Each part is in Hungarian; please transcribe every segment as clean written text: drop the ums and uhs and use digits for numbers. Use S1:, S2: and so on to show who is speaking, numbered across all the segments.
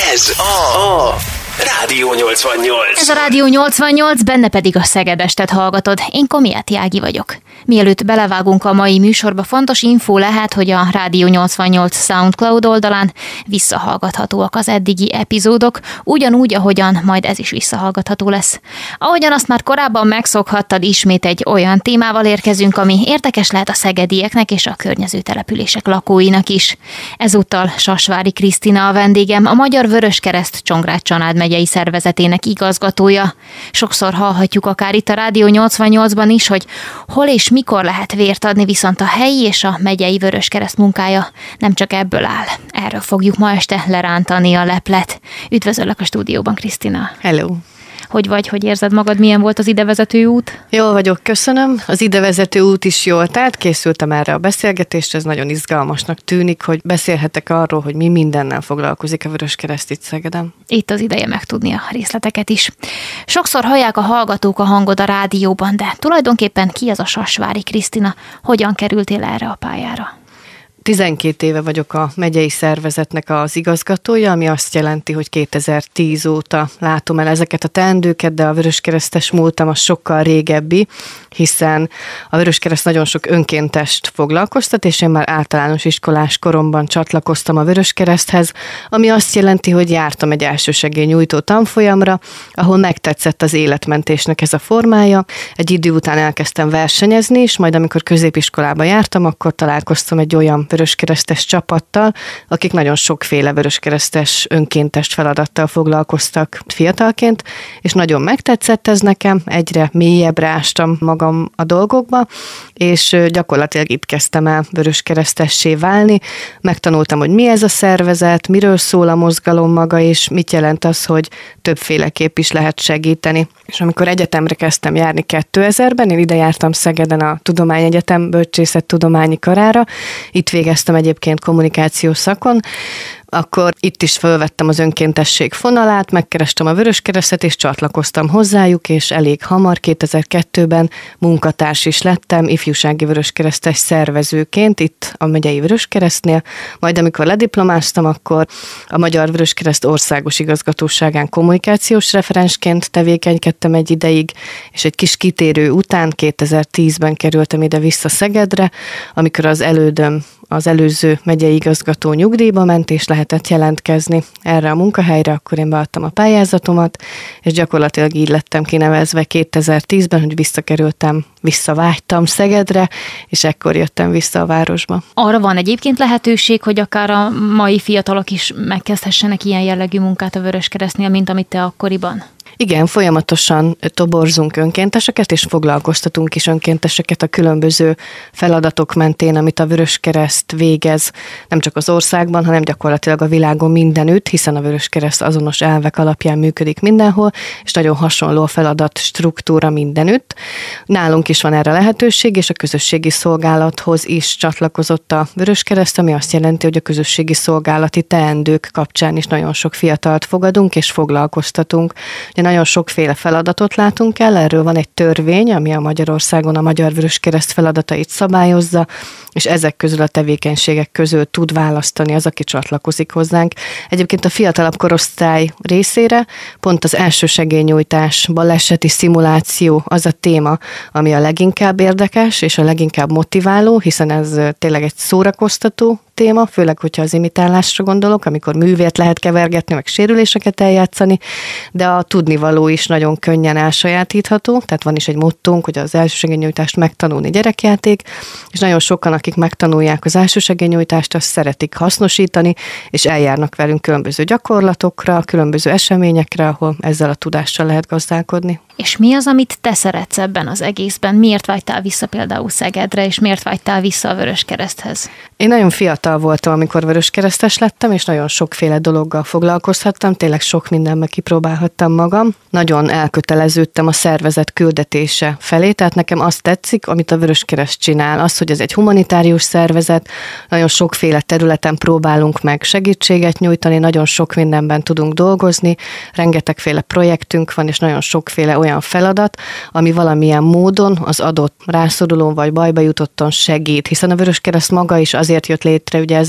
S1: Ez a Rádió 88.
S2: Ez a Rádió 88, benne pedig a Szegedestet hallgatod. Én Komiáti Ági vagyok. Mielőtt belevágunk a mai műsorba, fontos infó lehet, hogy a Rádió 88 SoundCloud oldalán visszahallgathatóak az eddigi epizódok, ugyanúgy, ahogyan majd ez is visszahallgatható lesz. Ahogyan azt már korábban megszokhattad, ismét egy olyan témával érkezünk, ami érdekes lehet a szegedieknek és a környező települések lakóinak is. Ezúttal Sasvári Krisztina a vendégem, a Magyar Vöröskereszt Csongrád megyei szervezetének igazgatója. Sokszor hallhatjuk akár itt a Rádió 88-ban is, hogy hol és mikor lehet vért adni, viszont a helyi és a megyei Vöröskereszt munkája nem csak ebből áll. Erről fogjuk ma este lerántani a leplet. Üdvözöllek a stúdióban, Krisztina.
S3: Hello!
S2: Hogy vagy, hogy érzed magad, milyen volt az idevezető út?
S3: Jól vagyok, köszönöm. Az idevezető út is jól telt, készültem erre a beszélgetésre, ez nagyon izgalmasnak tűnik, hogy beszélhetek arról, hogy mi mindennel foglalkozik a Vöröskereszt itt Szegeden.
S2: Itt az ideje megtudni a részleteket is. Sokszor hallják a hallgatók a hangod a rádióban, de tulajdonképpen ki az a Sasvári Krisztina? Hogyan kerültél erre a pályára?
S3: 12 éve vagyok a megyei szervezetnek az igazgatója, ami azt jelenti, hogy 2010 óta látom el ezeket a teendőket, de a vöröskeresztes múltam az sokkal régebbi, hiszen a Vöröskereszt nagyon sok önkéntest foglalkoztat, és én már általános iskolás koromban csatlakoztam a Vöröskereszthez, ami azt jelenti, hogy jártam egy elsősegélynyújtó tanfolyamra, ahol megtetszett az életmentésnek ez a formája. Egy idő után elkezdtem versenyezni, és majd amikor középiskolába jártam, akkor találkoztam egy olyan vöröskeresztes csapattal, akik nagyon sokféle vöröskeresztes önkéntes feladattal foglalkoztak fiatalként, és nagyon megtetszett ez nekem, egyre mélyebbre ástam magam a dolgokba, és gyakorlatilag itt kezdtem el vöröskeresztessé válni. Megtanultam, hogy mi ez a szervezet, miről szól a mozgalom maga, és mit jelent az, hogy többféleképp is lehet segíteni. És amikor egyetemre kezdtem járni 2000-ben, én ide jártam Szegeden a Tudományegyetem bölcsészettudományi karára, itt végeztem egyébként kommunikációs szakon, akkor itt is felvettem az önkéntesség fonalát, megkerestem a Vöröskeresztet, és csatlakoztam hozzájuk, és elég hamar, 2002-ben munkatárs is lettem, ifjúsági vöröskeresztes szervezőként itt a megyei Vöröskeresztnél, majd amikor lediplomáztam, akkor a Magyar Vöröskereszt országos igazgatóságán kommunikációs referensként tevékenykedtem egy ideig, és egy kis kitérő után 2010-ben kerültem ide vissza Szegedre, amikor az előző megyei igazgató nyugdíjba ment, és lehetett jelentkezni erre a munkahelyre, akkor én beadtam a pályázatomat, és gyakorlatilag így lettem kinevezve 2010-ben, hogy visszavágytam Szegedre, és ekkor jöttem vissza a városba.
S2: Arra van egyébként lehetőség, hogy akár a mai fiatalok is megkezdhessenek ilyen jellegű munkát a Vöröskeresztnél, mint amit te akkoriban?
S3: Igen, folyamatosan toborzunk önkénteseket, és foglalkoztatunk is önkénteseket a különböző feladatok mentén, amit a Vöröskereszt végez, nem csak az országban, hanem gyakorlatilag a világon mindenütt, hiszen a Vöröskereszt azonos elvek alapján működik mindenhol, és nagyon hasonló a feladat struktúra mindenütt. Nálunk is van erre lehetőség, és a közösségi szolgálathoz is csatlakozott a Vöröskereszt, ami azt jelenti, hogy a közösségi szolgálati teendők kapcsán is nagyon sok fiatalt fogadunk, és foglalkoztatunk. Nagyon sokféle feladatot látunk el, erről van egy törvény, ami a Magyarországon a Magyar Vöröskereszt feladatait szabályozza, és ezek közül a tevékenységek közül tud választani az, aki csatlakozik hozzánk. Egyébként a fiatalabb korosztály részére pont az elsősegélynyújtás, baleseti szimuláció az a téma, ami a leginkább érdekes és a leginkább motiváló, hiszen ez tényleg egy szórakoztató téma, főleg, hogyha az imitálásra gondolok, amikor művért lehet kevergetni, meg sérüléseket eljátszani, de a tudnivaló is nagyon könnyen elsajátítható, tehát van is egy mottónk, hogy az elsősegélynyújtást megtanulni gyerekjáték, és nagyon sokan, akik megtanulják az elsősegélynyújtást, azt szeretik hasznosítani, és eljárnak velünk különböző gyakorlatokra, különböző eseményekre, ahol ezzel a tudással lehet gazdálkodni.
S2: És mi az, amit te szeretsz ebben az egészben? Miért vágytál vissza például Szegedre, és miért vágytál vissza a Vöröskereszthez?
S3: Én nagyon fiatal voltam, amikor vöröskeresztes lettem, és nagyon sokféle dologgal foglalkozhattam, tényleg sok mindenbe kipróbálhattam magam, voltam, nagyon elköteleződtem a szervezet küldetése felé, tehát nekem azt tetszik, amit a Vöröskereszt csinál, az, hogy ez egy humanitárius szervezet, nagyon sokféle területen próbálunk meg segítséget nyújtani, nagyon sok mindenben tudunk dolgozni, rengetegféle projektünk van, és nagyon sokféle olyan feladat, ami valamilyen módon az adott rászorulón vagy bajba jutotton segít, hiszen a Vöröskereszt maga is azért jött létre ugye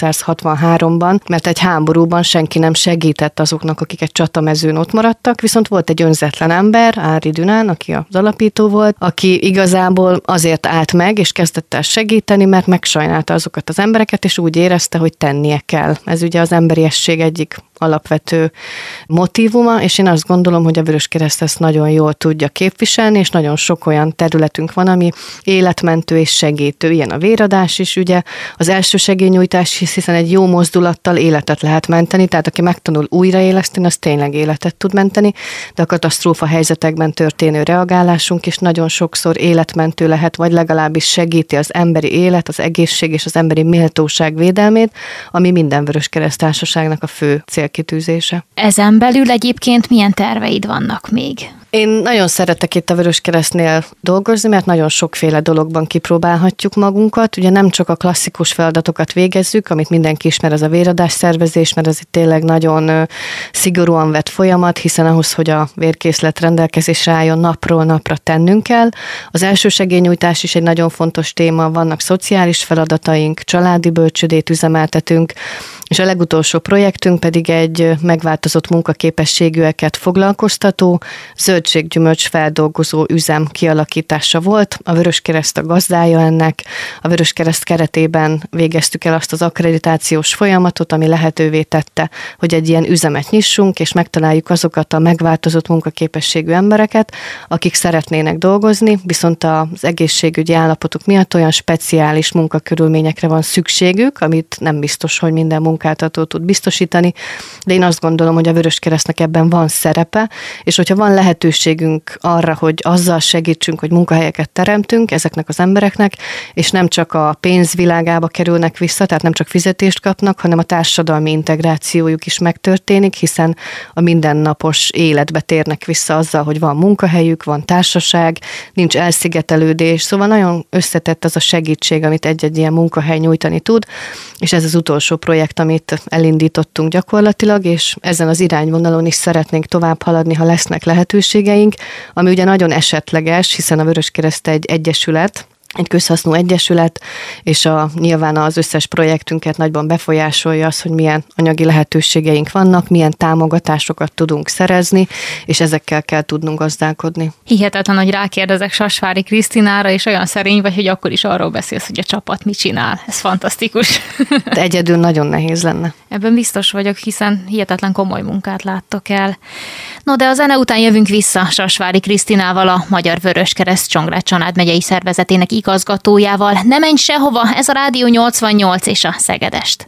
S3: 1863-ban, mert egy háborúban senki nem segített azoknak, akik egy csatamezőn ott maradtak, viszont volt egy önzetlen ember, Ári Dünán, aki az alapító volt, aki igazából azért állt meg, és kezdett el segíteni, mert megsajnálta azokat az embereket, és úgy érezte, hogy tennie kell. Ez ugye az emberiesség egyik alapvető motívuma, és én azt gondolom, hogy a Vöröskereszt ezt nagyon jól tudja képviselni, és nagyon sok olyan területünk van, ami életmentő és segítő. Ilyen a véradás is, ugye, az első segélynyújtás is, hiszen egy jó mozdulattal életet lehet menteni, tehát aki megtanul újraéleszteni, az tényleg életet tud menteni, de a katasztrófa helyzetekben történő reagálásunk is nagyon sokszor életmentő lehet, vagy legalábbis segíti az emberi élet, az egészség és az emberi méltóság védelmét, ami minden Vöröskereszt társaságnak a fő célkitűzése.
S2: Ezen belül egyébként milyen terveid vannak még?
S3: Én nagyon szeretek itt a Vöröskeresztnél dolgozni, mert nagyon sokféle dologban kipróbálhatjuk magunkat. Ugye nem csak a klasszikus feladatokat végezzük, amit mindenki ismer, az a véradás szervezés, mert ez itt tényleg nagyon szigorúan vett folyamat, hiszen ahhoz, hogy a vérkészlet rendelkezésre álljon, napról napra tennünk kell. Az első segélynyújtás is egy nagyon fontos téma, vannak szociális feladataink, családi bölcsödét üzemeltetünk, és a legutolsó projektünk pedig egy megváltozott munkaképességűeket foglalkoztató, zöldséggyümölcs feldolgozó üzem kialakítása volt. A Vöröskereszt a gazdája ennek. A Vöröskereszt keretében végeztük el azt az akkreditációs folyamatot, ami lehetővé tette, hogy egy ilyen üzemet nyissunk, és megtaláljuk azokat a megváltozott munkaképességű embereket, akik szeretnének dolgozni, viszont az egészségügyi állapotuk miatt olyan speciális munkakörülményekre van szükségük, amit nem biztos, hogy minden munkáltató tud biztosítani, de én azt gondolom, hogy a Vöröskeresztnek ebben van szerepe, és hogyha van lehetőségünk arra, hogy azzal segítsünk, hogy munkahelyeket teremtünk ezeknek az embereknek, és nem csak a pénzvilágába kerülnek vissza, tehát nem csak fizetést kapnak, hanem a társadalmi integrációjuk is megtörténik, hiszen a mindennapos életbe térnek vissza azzal, hogy van munkahelyük, van társaság, nincs elszigetelődés, szóval nagyon összetett az a segítség, amit egy-egy ilyen munkahely nyújtani tud, és ez az utolsó projekt, amit elindítottunk gyakorlatilag, és ezen az irányvonalon is szeretnénk tovább haladni, ha lesznek lehetőségeink, ami ugye nagyon esetleges, hiszen a Vöröskereszt egy egyesület, egy közhasznú egyesület, és nyilván az összes projektünket nagyban befolyásolja az, hogy milyen anyagi lehetőségeink vannak, milyen támogatásokat tudunk szerezni, és ezekkel kell tudnunk gazdálkodni.
S2: Hihetetlen, hogy rákérdezek Sasvári Krisztinára, és olyan szerény vagy, hogy akkor is arról beszélsz, hogy a csapat mit csinál. Ez fantasztikus.
S3: De egyedül nagyon nehéz lenne.
S2: Ebben biztos vagyok, hiszen hihetetlen komoly munkát láttok el. No, de a zene után jövünk vissza Sasvári Krisztinával, a Magyar Vöröskereszt Csongrád megyei szervezetének igazgatójával. Ne menj sehova, ez a Rádió 88 és a Szegedest.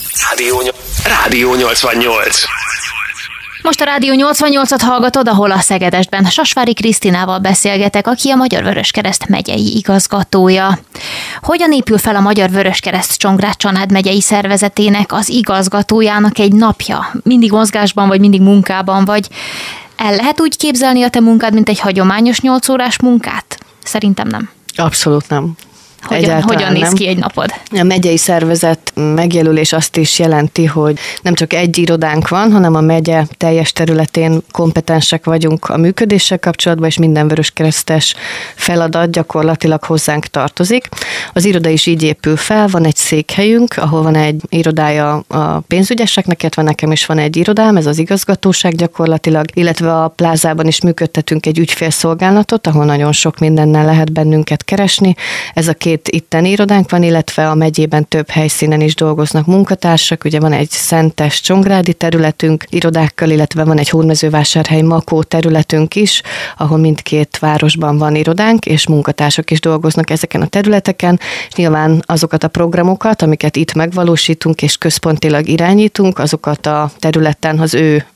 S1: Rádió 88.
S2: Most a Rádió 88-at hallgatod, ahol a Szegedestben Sasvári Krisztinával beszélgetek, aki a Magyar Vöröskereszt megyei igazgatója. Hogyan épül fel a Magyar Vöröskereszt Csongrád megyei szervezetének az igazgatójának egy napja? Mindig mozgásban, vagy mindig munkában, vagy el lehet úgy képzelni a te munkád, mint egy hagyományos 8 órás munkát? Szerintem nem.
S3: Abszolút nem.
S2: Hogyan néz ki egy napod?
S3: A megyei szervezet megjelölés azt is jelenti, hogy nem csak egy irodánk van, hanem a megye teljes területén kompetensek vagyunk a működéssel kapcsolatban, és minden vöröskeresztes feladat gyakorlatilag hozzánk tartozik. Az iroda is így épül fel, van egy székhelyünk, ahol van egy irodája a pénzügyeseknek, illetve nekem is van egy irodám, ez az igazgatóság gyakorlatilag, illetve a plázában is működtetünk egy ügyfélszolgálatot, ahol nagyon sok mindennel lehet bennünket keresni. Ez a 2 itteni irodánk van, illetve a megyében több helyszínen is dolgoznak munkatársak. Ugye van egy Szentes csongrádi területünk irodákkal, illetve van egy Hódmezővásárhely Makó területünk is, ahol mindkét városban van irodánk, és munkatársak is dolgoznak ezeken a területeken. Nyilván azokat a programokat, amiket itt megvalósítunk és központilag irányítunk, azokat a területen az ő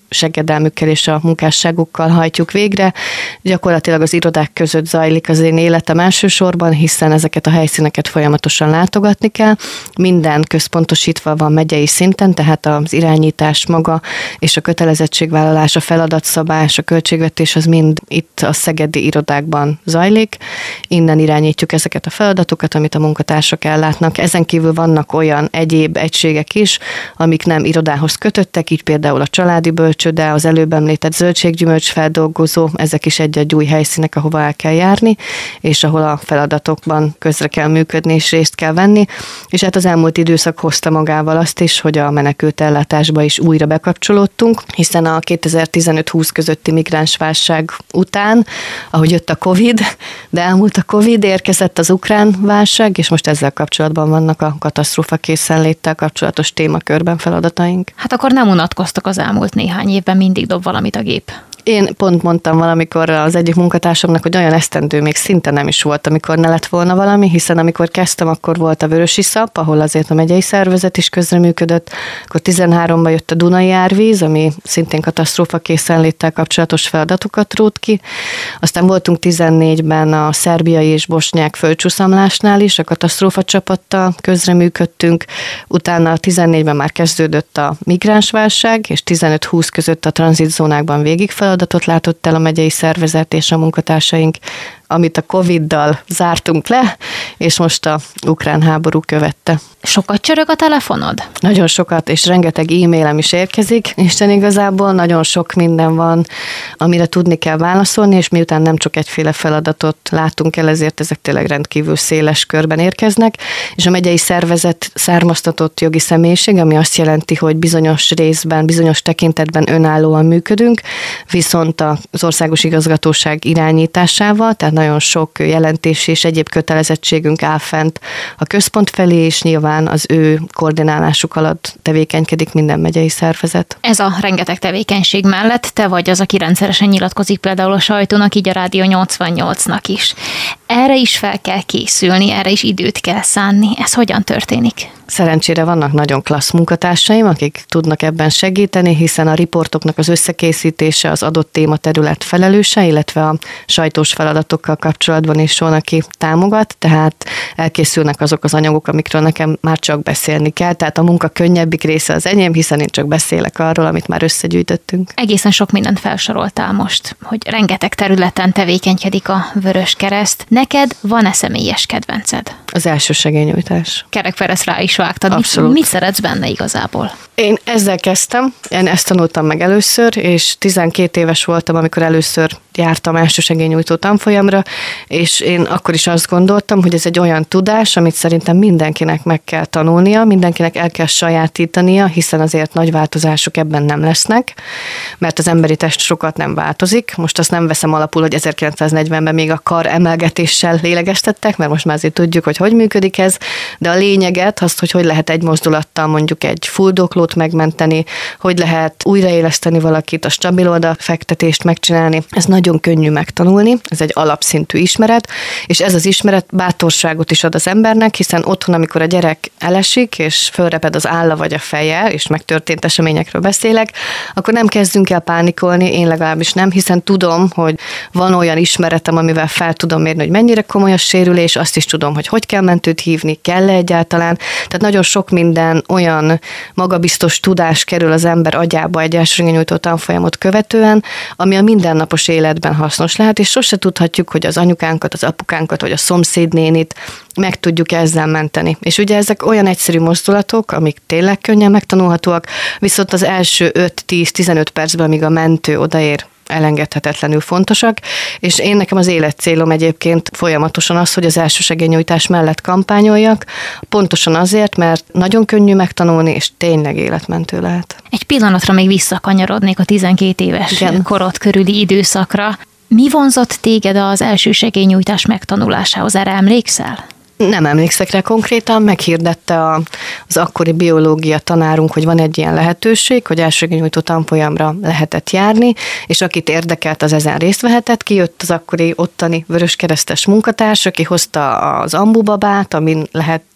S3: segedelmükkel és a munkásságukkal hajtjuk végre. Gyakorlatilag az irodák között zajlik az én életem elsősorban, hiszen ezeket a helyszíneket folyamatosan látogatni kell. Minden központosítva van megyei szinten, tehát az irányítás maga és a kötelezettségvállalás, a feladatszabás, a költségvetés az mind itt a szegedi irodákban zajlik. Innen irányítjuk ezeket a feladatokat, amit a munkatársak ellátnak. Ezen kívül vannak olyan egyéb egységek is, amik nem irodához kötöttek, így például a családi bölcsőde, az előbb említett zöldséggyümölcs feldolgozó, ezek is egy-egy új helyszínek, ahova el kell járni, és ahol a feladatokban közre kell működni és részt kell venni. És hát az elmúlt időszak hozta magával azt is, hogy a menekült ellátásba is újra bekapcsolódtunk, hiszen a 2015-20 közötti migránsválság után, ahogy jött a Covid, de elmúlt a Covid, érkezett az ukrán válság, és most ezzel kapcsolatban vannak a katasztrófa készenléttel kapcsolatos témakörben feladataink.
S2: Hát akkor nem unatkoztak az elmúlt néhány évben, mindig dob valamit a gép.
S3: Én pont mondtam valamikor az egyik munkatársamnak, hogy olyan esztendő még szinte nem is volt, amikor ne lett volna valami, hiszen amikor kezdtem, akkor volt a Vörösiszap, ahol azért a megyei szervezet is közreműködött, akkor 13-ban jött a Dunai árvíz, ami szintén katasztrófa készenléttel kapcsolatos feladatokat rótt ki. Aztán voltunk 14-ben a szerbiai és bosnyák földcsúszamlásnál is, a katasztrófa csapattal közreműködtünk, utána 14-ben már kezdődött a migránsválság, és 15-20 között a tranzitzónákban végig feladatot látott el a megyei szervezet és a munkatársaink, amit a Covid-dal zártunk le, és most a ukrán háború követte.
S2: Sokat csörög a telefonod?
S3: Nagyon sokat, és rengeteg e-mailem is érkezik. Isten igazából nagyon sok minden van, amire tudni kell válaszolni, és miután nem csak egyféle feladatot látunk el, ezért ezek tényleg rendkívül széles körben érkeznek, és a megyei szervezet származtatott jogi személyiség, ami azt jelenti, hogy bizonyos részben, bizonyos tekintetben önállóan működünk, viszont az országos igazgatóság irányításával, tehát nagyon sok jelentés és egyéb kötelezettségünk áll fent a központ felé, és nyilván az ő koordinálásuk alatt tevékenykedik minden megyei szervezet.
S2: Ez a rengeteg tevékenység mellett te vagy az, aki rendszeresen nyilatkozik például a sajtónak, így a Rádió 88-nak is. Erre is fel kell készülni, erre is időt kell szánni. Ez hogyan történik?
S3: Szerencsére vannak nagyon klassz munkatársaim, akik tudnak ebben segíteni, hiszen a riportoknak az összekészítése az adott tématerület felelőse, illetve a sajtós feladatokkal kapcsolatban is van, aki támogat, tehát elkészülnek azok az anyagok, amikről nekem már csak beszélni kell, tehát a munka könnyebbik része az enyém, hiszen én csak beszélek arról, amit már összegyűjtöttünk.
S2: Egészen sok mindent felsoroltál most, hogy rengeteg területen tevékenykedik a Vöröskereszt. Neked van-e személyes kedvenced?
S3: Az elsősegélynyújtás.
S2: Kerekperec rá is vágtad.
S3: Abszolút.
S2: Mit szeretsz benne igazából?
S3: Én ezzel kezdtem, én ezt tanultam meg először, és 12 éves voltam, amikor először jártam elsősegélynyújtó tanfolyamra, és én akkor is azt gondoltam, hogy ez egy olyan tudás, amit szerintem mindenkinek meg kell tanulnia, mindenkinek el kell sajátítania, hiszen azért nagy változások ebben nem lesznek, mert az emberi test sokat nem változik. Most azt nem veszem alapul, hogy 1940-ben még a kar emelgetéssel lélegeztettek, mert most már azért tudjuk, hogy működik ez, de a lényeget, azt, hogy lehet egy mozdulattal mondjuk egy fuldoklót megmenteni, hogy lehet újraéleszteni valakit, a stabil oldalfektetést megcsinálni, ez nagyon könnyű megtanulni, ez egy alapszintű ismeret, és ez az ismeret bátorságot is ad az embernek, hiszen otthon, amikor a gyerek elesik, és fölreped az álla vagy a feje, és megtörtént eseményekről beszélek, akkor nem kezdünk el pánikolni, én legalábbis nem, hiszen tudom, hogy van olyan ismeretem, amivel fel tudom mérni, hogy mennyire komoly a sérülés, azt is tudom, hogy kell mentőt hívni, kell-e egyáltalán. Tehát nagyon sok minden olyan magabiztos tudás kerül az ember agyába egy elsősegélynyújtó tanfolyamot követően, ami a mindennapos életben hasznos lehet, és sose tudhatjuk, hogy az anyukánkat, az apukánkat, vagy a szomszédnénit meg tudjuk ezzel menteni. És ugye ezek olyan egyszerű mozdulatok, amik tényleg könnyen megtanulhatóak, viszont az első 5-10-15 percben, amíg a mentő odaér, elengedhetetlenül fontosak, és én nekem az életcélom egyébként folyamatosan az, hogy az elsősegélynyújtás mellett kampányoljak, pontosan azért, mert nagyon könnyű megtanulni, és tényleg életmentő lehet.
S2: Egy pillanatra még visszakanyarodnék a 12 éves korod körüli időszakra. Mi vonzott téged az elsősegélynyújtás megtanulásához? Erre emlékszel?
S3: Nem emlékszek rá konkrétan, meghirdette az akkori biológia tanárunk, hogy van egy ilyen lehetőség, hogy elsősegélynyújtó tanfolyamra lehetett járni, és akit érdekelt, az ezen részt vehetett. Kijött az akkori ottani vöröskeresztes munkatárs, aki hozta az ambubabát, amin lehet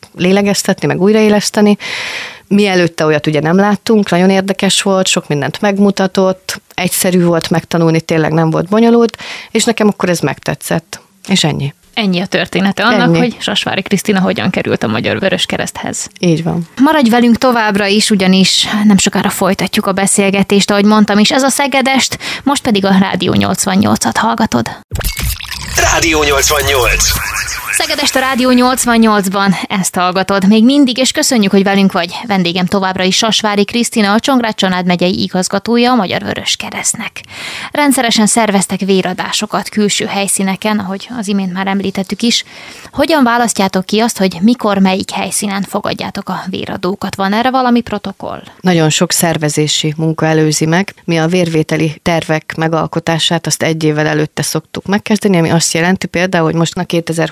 S3: lélegeztetni, meg újraéleszteni. Mi előtte olyat ugye nem láttunk, nagyon érdekes volt, sok mindent megmutatott, egyszerű volt megtanulni, tényleg nem volt bonyolult, és nekem akkor ez megtetszett. És ennyi.
S2: Ennyi a története annak, hogy Sasvári Krisztina hogyan került a Magyar Vöröskereszthez.
S3: Így van.
S2: Maradj velünk továbbra is, ugyanis nem sokára folytatjuk a beszélgetést, ahogy mondtam is, ez a Szegedest, most pedig a Rádió 88-at hallgatod.
S1: Rádió 88.
S2: Szegedest a Rádió 88-ban ezt hallgatod még mindig, és köszönjük, hogy velünk vagy. Vendégem továbbra is Sasvári Krisztina, a Csongrád Csanád megyei igazgatója a Magyar Vöröskeresztnek. Rendszeresen szerveztek véradásokat külső helyszíneken, ahogy az imént már említettük is. Hogyan választjátok ki azt, hogy mikor, melyik helyszínen fogadjátok a véradókat? Van erre valami protokoll?
S3: Nagyon sok szervezési munka előzi meg. Mi a vérvételi tervek megalkotását azt 1 évvel előtte szoktuk megkezdeni, ami azt jelenti például, hogy most a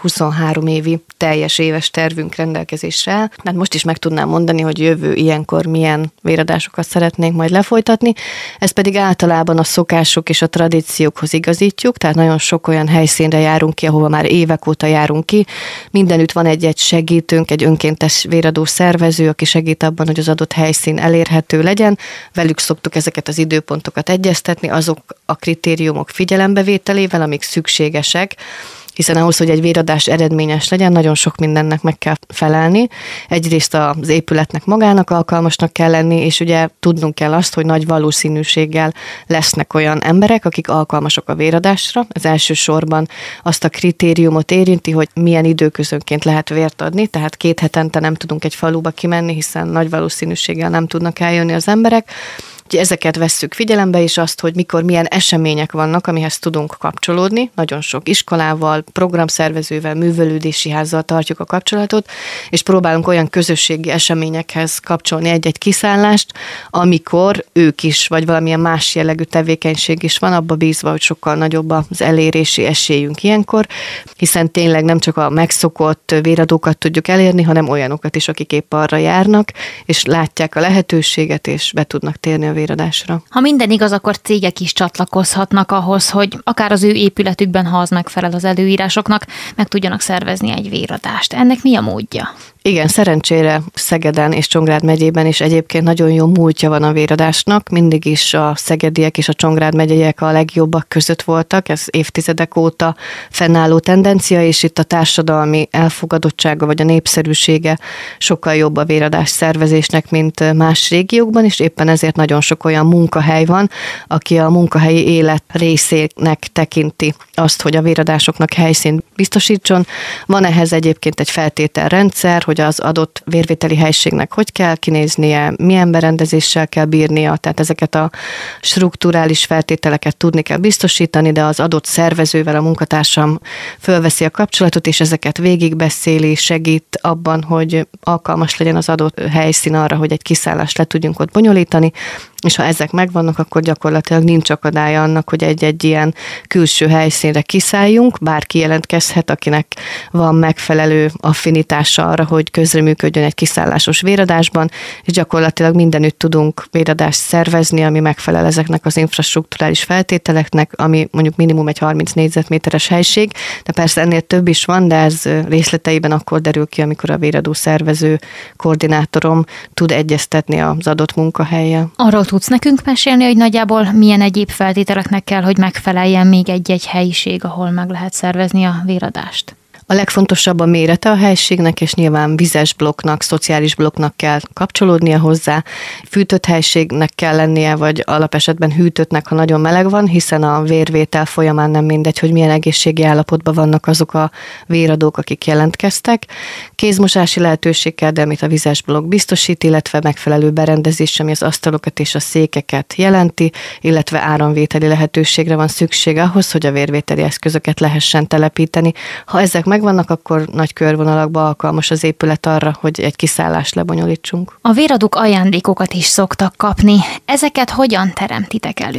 S3: 2023 évi teljes éves tervünk rendelkezésre áll. Tehát most is meg tudnám mondani, hogy jövő ilyenkor milyen véradásokat szeretnénk majd lefolytatni. Ez pedig általában a szokások és a tradíciókhoz igazítjuk, tehát nagyon sok olyan helyszínre járunk ki, ahova már évek óta járunk ki. Mindenütt van egy segítőnk, egy önkéntes véradó szervező, aki segít abban, hogy az adott helyszín elérhető legyen. Velük szoktuk ezeket az időpontokat egyeztetni, azok a kritériumok figyelembevételével, amik szükségesek, hiszen ahhoz, hogy egy véradás eredményes legyen, nagyon sok mindennek meg kell felelni. Egyrészt az épületnek magának alkalmasnak kell lenni, és ugye tudnunk kell azt, hogy nagy valószínűséggel lesznek olyan emberek, akik alkalmasok a véradásra. Ez elsősorban azt a kritériumot érinti, hogy milyen időközönként lehet vért adni, tehát 2 hetente nem tudunk egy faluba kimenni, hiszen nagy valószínűséggel nem tudnak eljönni az emberek. Úgyhogy ezeket vesszük figyelembe, és azt, hogy mikor milyen események vannak, amihez tudunk kapcsolódni. Nagyon sok iskolával, programszervezővel, művelődési házzal tartjuk a kapcsolatot, és próbálunk olyan közösségi eseményekhez kapcsolni egy-egy kiszállást, amikor ők is, vagy valamilyen más jellegű tevékenység is van, abba bízva, hogy sokkal nagyobb az elérési esélyünk ilyenkor, hiszen tényleg nem csak a megszokott véradókat tudjuk elérni, hanem olyanokat is, akik épp arra járnak, és látják a lehetőséget, és be tudnak térni a véradásra.
S2: Ha minden igaz, akkor cégek is csatlakozhatnak ahhoz, hogy akár az ő épületükben, ha az megfelel az előírásoknak, meg tudjanak szervezni egy véradást. Ennek mi a módja?
S3: Igen, szerencsére Szegeden és Csongrád megyében is egyébként nagyon jó múltja van a véradásnak. Mindig is a szegediek és a Csongrád megyeiek a legjobbak között voltak. Ez évtizedek óta fennálló tendencia, és itt a társadalmi elfogadottsága vagy a népszerűsége sokkal jobb a véradás szervezésnek, mint más régiókban, és éppen ezért nagyon sok olyan munkahely van, aki a munkahelyi élet részének tekinti azt, hogy a véradásoknak helyszínt biztosítson. Van ehhez egyébként egy feltételrendszer, hogy az adott vérvételi helységnek hogy kell kinéznie, milyen berendezéssel kell bírnia, tehát ezeket a strukturális feltételeket tudni kell biztosítani, de az adott szervezővel a munkatársam fölveszi a kapcsolatot, és ezeket végigbeszéli, segít abban, hogy alkalmas legyen az adott helyszín arra, hogy egy kiszállást le tudjunk ott bonyolítani, és ha ezek megvannak, akkor gyakorlatilag nincs akadálya annak, hogy egy-egy ilyen külső helyszínre kiszálljunk, bárki jelentkezhet, akinek van megfelelő affinitása arra, hogy közreműködjön egy kiszállásos véradásban, és gyakorlatilag mindenütt tudunk véradást szervezni, ami megfelel ezeknek az infrastrukturális feltételeknek, ami mondjuk minimum egy 30 négyzetméteres helység, de persze ennél több is van, de ez részleteiben akkor derül ki, amikor a véradó szervező koordinátorom tud egyeztetni az adott munkahellyel.
S2: Arról tudsz nekünk mesélni, hogy nagyjából milyen egyéb feltételeknek kell, hogy megfeleljen még egy-egy helyiség, ahol meg lehet szervezni a véradást?
S3: A legfontosabb a mérete a helységnek, és nyilván vizes blokknak, szociális blokknak kell kapcsolódnia hozzá. Fűtött helységnek kell lennie, vagy alapesetben hűtöttnek, ha nagyon meleg van, hiszen a vérvétel folyamán nem mindegy, hogy milyen egészségi állapotban vannak azok a véradók, akik jelentkeztek. Kézmosási lehetőség kell, de amit a vizes blokk biztosít, illetve megfelelő berendezés, ami az asztalokat és a székeket jelenti, illetve áramvételi lehetőségre van szükség ahhoz, hogy a vérvételi eszközöket lehessen telepíteni. Ha ezek megvannak, akkor nagy körvonalakban alkalmas az épület arra, hogy egy kiszállást lebonyolítsunk.
S2: A véradók ajándékokat is szoktak kapni. Ezeket hogyan teremtitek elő?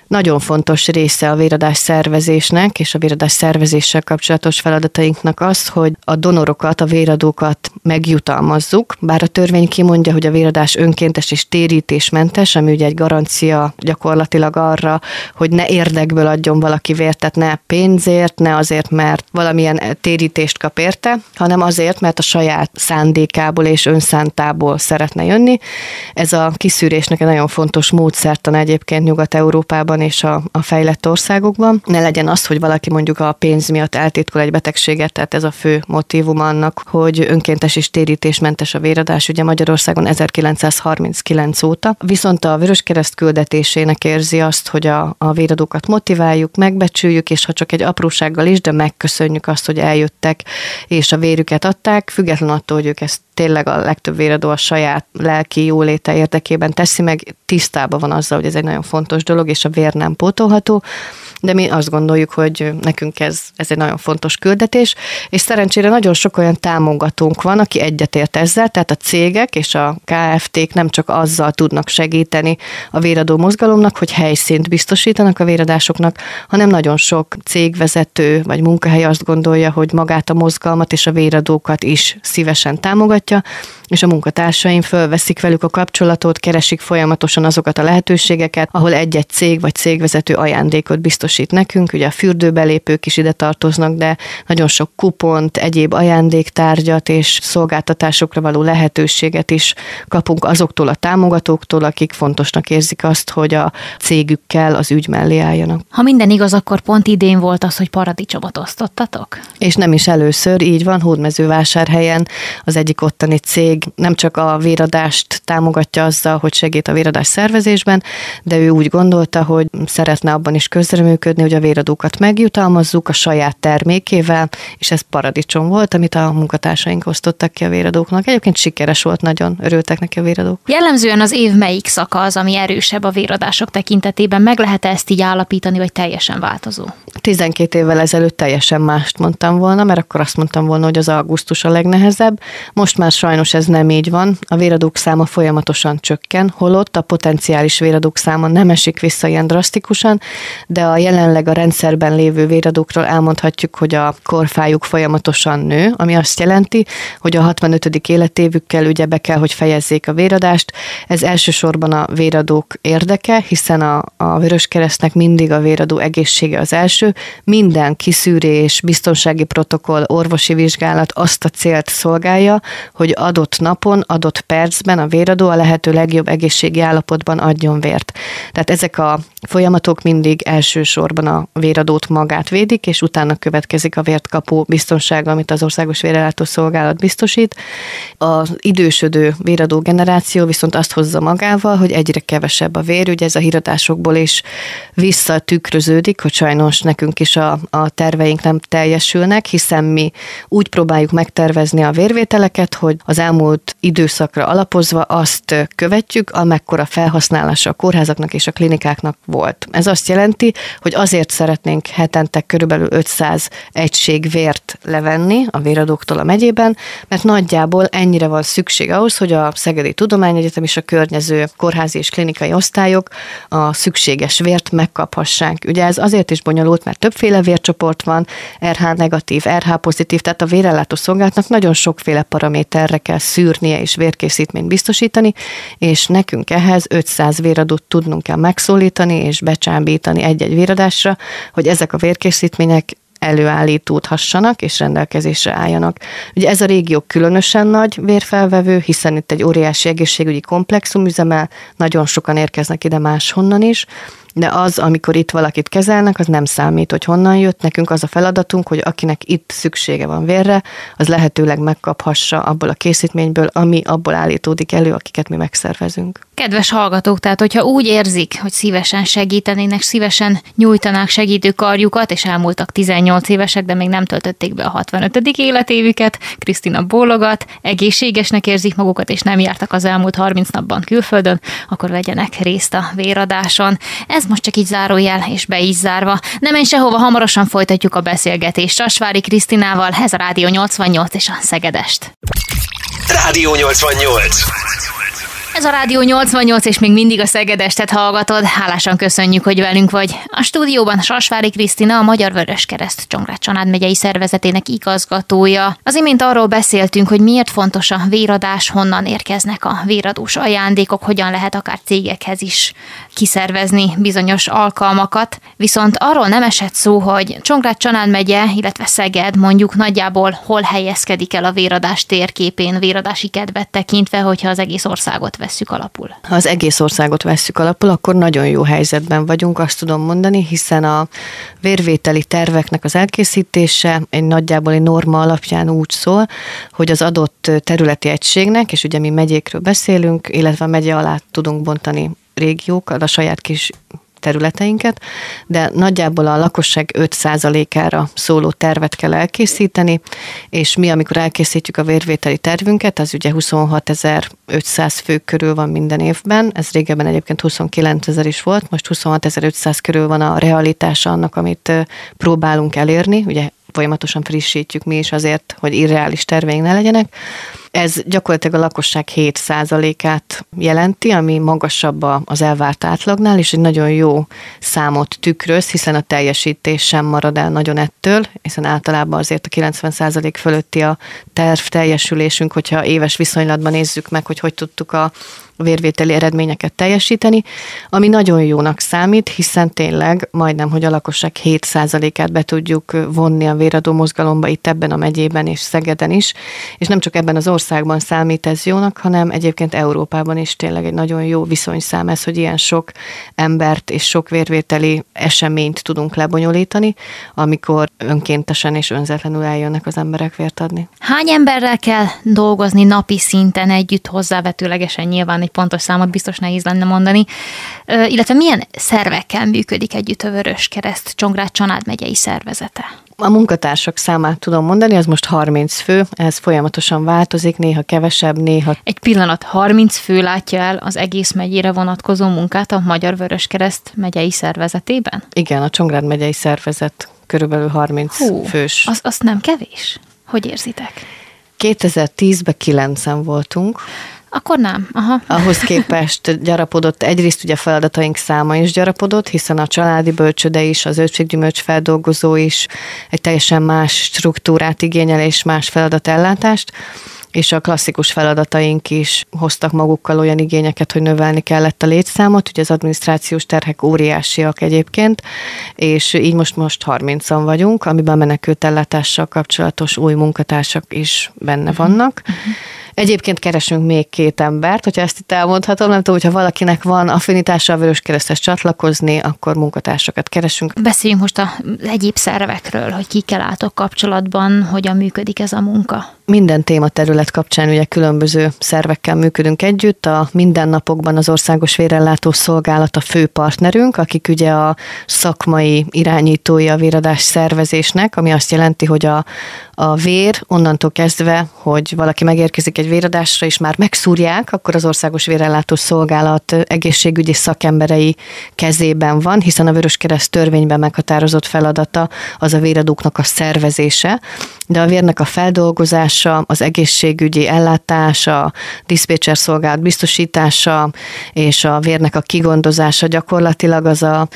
S3: Nagyon fontos része a véradás szervezésnek és a véradás szervezéssel kapcsolatos feladatainknak az, hogy a donorokat, a véradókat megjutalmazzuk, bár a törvény kimondja, hogy a véradás önkéntes és térítésmentes, ami ugye egy garancia gyakorlatilag arra, hogy ne érdekből adjon valaki vért, tehát ne pénzért, ne azért, mert valamilyen térítést kap érte, hanem azért, mert a saját szándékából és önszántából szeretne jönni. Ez a kiszűrésnek egy nagyon fontos módszertan egyébként Nyugat-Európában és a fejlett országokban. Ne legyen az, hogy valaki mondjuk a pénz miatt eltitkol egy betegséget, tehát ez a fő motívum annak, hogy önkéntes és térítésmentes a véradás, ugye Magyarországon 1939 óta. Viszont a Vöröskereszt küldetésének érzi azt, hogy a véradókat motiváljuk, megbecsüljük, és ha csak egy aprósággal is, de megköszönjük azt, hogy eljöttek, és a vérüket adták, függetlenül attól, hogy ők ezt tényleg a legtöbb véradó a saját lelki jóléte érdekében teszi meg, tisztában van azzal, hogy ez egy nagyon fontos dolog, és a vér nem pótolható, de mi azt gondoljuk, hogy nekünk ez egy nagyon fontos küldetés, és szerencsére nagyon sok olyan támogatónk van, aki egyetért ezzel, tehát a cégek és a KFT-k nem csak azzal tudnak segíteni a véradó mozgalomnak, hogy helyszínt biztosítanak a véradásoknak, hanem nagyon sok cégvezető vagy munkahely azt gondolja, hogy magát a mozgalmat és a véradókat is szívesen támogatja, és a munkatársaim fölveszik velük a kapcsolatot, keresik folyamatosan azokat a lehetőségeket, ahol egy-egy cég vagy cégvezető ajándékot biztosít nekünk, ugye a fürdőbelépők is ide tartoznak, de nagyon sok kupont, egyéb ajándéktárgyat és szolgáltatásokra való lehetőséget is kapunk azoktól a támogatóktól, akik fontosnak érzik azt, hogy a cégükkel az ügy mellé álljanak.
S2: Ha minden igaz, akkor pont idén volt az, hogy paradicsomot osztottatok?
S3: És nem is először, így van, Hódmezővásárhelyen az egyik ottani cég nem csak a véradást támogatja azzal, hogy segít a véradás szervezésben, de ő úgy gondolta, hogy szeretne abban is közreműködni, hogy a véradókat megjutalmazzuk a saját termékével, és ez paradicsom volt, amit a munkatársaink osztottak ki a véradóknak. Egyébként sikeres volt, nagyon örültek neki a véradók.
S2: Jellemzően az év melyik szaka az, ami erősebb a véradások tekintetében? Meg lehet ezt így állapítani, vagy teljesen változó?
S3: 12 évvel ezelőtt teljesen mást mondtam volna, mert akkor azt mondtam volna, hogy az augusztus a legnehezebb. Most már sajnos ez nem így van. A véradók száma folyamatosan csökken, holott a potenciális véradók száma nem esik vissza ilyen drasztikusan, de a jelenleg a rendszerben lévő véradókról elmondhatjuk, hogy a korfájuk folyamatosan nő, ami azt jelenti, hogy a 65. életévükkel ugye be kell, hogy fejezzék a véradást. Ez elsősorban a véradók érdeke, hiszen a Vöröskeresztnek mindig a véradó egészsége az első. Minden kiszűrés, biztonsági protokoll, orvosi vizsgálat azt a célt szolgálja, hogy adott napon, adott percben a véradó a lehető legjobb egészségi állapotban adjon vért. Tehát ezek a folyamatok mindig elsősorban a véradót magát védik, és utána következik a vért kapó biztonsága, amit az Országos Vérellátó Szolgálat biztosít. Az idősödő véradó generáció viszont azt hozza magával, hogy egyre kevesebb a vér, ugye ez a híradásokból is visszatükröződik, hogy sajnos nekünk is a terveink nem teljesülnek, hiszen mi úgy próbáljuk megtervezni a vérvételeket, hogy az elmúlt időszakra alapozva azt követjük, amekkora felhasználása a kórházaknak és a klinikáknak volt. Ez azt jelenti, hogy azért szeretnénk hetente körülbelül 500 egység vért levenni a véradóktól a megyében, mert nagyjából ennyire van szükség ahhoz, hogy a Szegedi Tudományegyetem és a környező kórházi és klinikai osztályok a szükséges vért megkaphassák. Ugye ez azért is bonyolult, mert többféle vércsoport van, RH negatív, RH pozitív, tehát a vérellátó szolgálatnak nagyon sokféle paraméterre kell szűrnie és vérkészítményt biztosítani, és nekünk ehhez 500 véradót tudnunk kell megszólítani és becsábítani egy-egy véradásra, hogy ezek a vérkészítmények előállítódhassanak és rendelkezésre álljanak. Ugye ez a régió különösen nagy vérfelvevő, hiszen itt egy óriási egészségügyi komplexum üzemel, nagyon sokan érkeznek ide máshonnan is, de az, amikor itt valakit kezelnek, az nem számít, hogy honnan jött. Nekünk az a feladatunk, hogy akinek itt szüksége van vérre, az lehetőleg megkaphassa abból a készítményből, ami abból állítódik elő, akiket mi megszervezünk.
S2: Kedves hallgatók, tehát hogyha úgy érzik, hogy szívesen segítenének, szívesen nyújtanák segítő karjukat, és elmúltak 18 évesek, de még nem töltötték be a 65. életévüket, Krisztina bólogat, egészségesnek érzik magukat, és nem jártak az elmúlt 30 napban külföldön, akkor vegyenek részt a véradáson. Ez most csak így zárójel, és be is zárva. Nem menj sehova, hamarosan folytatjuk a beszélgetést Sasvári Krisztinával, ez a Rádió 88 és a Szegedest.
S1: Rádió 88.
S2: Ez a Rádió 88, és még mindig a Szegedestet hallgatod. Hálásan köszönjük, hogy velünk vagy. A stúdióban Sasvári Krisztina, a Magyar Vöröskereszt Csongrád-Csanád megyei szervezetének igazgatója. Az imént arról beszéltünk, hogy miért fontos a véradás, honnan érkeznek a véradós ajándékok, hogyan lehet akár cégekhez is kiszervezni bizonyos alkalmakat. Viszont arról nem esett szó, hogy Csongrád-Csanád megye, illetve Szeged mondjuk nagyjából hol helyezkedik el a véradás térképén, véradási kedvet tekintve, hogyha az egész országot vesszük alapul.
S3: Ha az egész országot vesszük alapul, akkor nagyon jó helyzetben vagyunk, azt tudom mondani, hiszen a vérvételi terveknek az elkészítése nagyjából egy norma alapján úgy szól, hogy az adott területi egységnek, és ugye mi megyékről beszélünk, illetve megye alá tudunk bontani régiókat, a saját kis területeinket, de nagyjából a lakosság 5%-ára szóló tervet kell elkészíteni, és mi, amikor elkészítjük a vérvételi tervünket, az ugye 26.500 fő körül van minden évben, ez régebben egyébként 29.000 is volt, most 26.500 körül van a realitása annak, amit próbálunk elérni, ugye folyamatosan frissítjük mi is azért, hogy irreális terveink ne legyenek. Ez gyakorlatilag a lakosság 7%-át jelenti, ami magasabb az elvárt átlagnál, és egy nagyon jó számot tükröz, hiszen a teljesítés sem marad el nagyon ettől, hiszen általában azért a 90% fölötti a terv teljesülésünk, hogyha éves viszonylatban nézzük meg, hogy tudtuk a vérvételi eredményeket teljesíteni, ami nagyon jónak számít, hiszen tényleg majdnem, hogy a lakosság 7%-át be tudjuk vonni a véradó mozgalomba itt ebben a megyében és Szegeden is, és nem csak ebben az országban számít ez jónak, hanem egyébként Európában is tényleg egy nagyon jó viszonyszám ez, hogy ilyen sok embert és sok vérvételi eseményt tudunk lebonyolítani, amikor önkéntesen és önzetlenül eljönnek az emberek vért adni.
S2: Hány emberrel kell dolgozni napi szinten együtt, hozzávetőlegesen nyilván egy pontos számot biztos nehéz lenne mondani, illetve milyen szervekkel működik együtt a Vöröskereszt Csongrád-Csanád megyei szervezete?
S3: A munkatársak számát tudom mondani, az most 30 fő, ez folyamatosan változik, néha kevesebb, néha...
S2: Egy pillanat, 30 fő látja el az egész megyére vonatkozó munkát a Magyar Vöröskereszt megyei szervezetében?
S3: Igen, a Csongrád megyei szervezet körülbelül 30 fős.
S2: Az nem kevés? Hogy érzitek?
S3: 2010-ben 9-en voltunk.
S2: Akkor nem. Aha.
S3: Ahhoz képest gyarapodott, egyrészt ugye feladataink száma is gyarapodott, hiszen a családi bölcsőde is, az zöldséggyümölcs feldolgozó is egy teljesen más struktúrát igényel és más feladatellátást, és a klasszikus feladataink is hoztak magukkal olyan igényeket, hogy növelni kellett a létszámot, ugye az adminisztrációs terhek óriásiak egyébként, és így most 30-an vagyunk, amiben a menekültellátással kapcsolatos új munkatársak is benne vannak. Egyébként keresünk még 2 embert, hogyha ezt itt elmondhatom, nem tudom, hogyha valakinek van affinitása a Vöröskereszthez csatlakozni, akkor munkatársakat keresünk.
S2: Beszéljünk most az egyéb szervekről, hogy kikkel álltok kapcsolatban, hogyan működik ez a munka.
S3: Minden tématerület kapcsán ugye különböző szervekkel működünk együtt. A mindennapokban az Országos Vérellátó Szolgálat a fő partnerünk, akik ugye a szakmai irányítói a véradás szervezésnek, ami azt jelenti, hogy a vér onnantól kezdve, hogy valaki megérkezik egy véradásra, és már megszúrják, akkor az Országos Vérellátó Szolgálat egészségügyi szakemberei kezében van, hiszen a Vöröskereszt törvényben meghatározott feladata az a véradóknak a szervezése, de a vérnek a feldolgozása, az egészségügyi ellátása, a diszpécser szolgálat biztosítása és a vérnek a kigondozása gyakorlatilag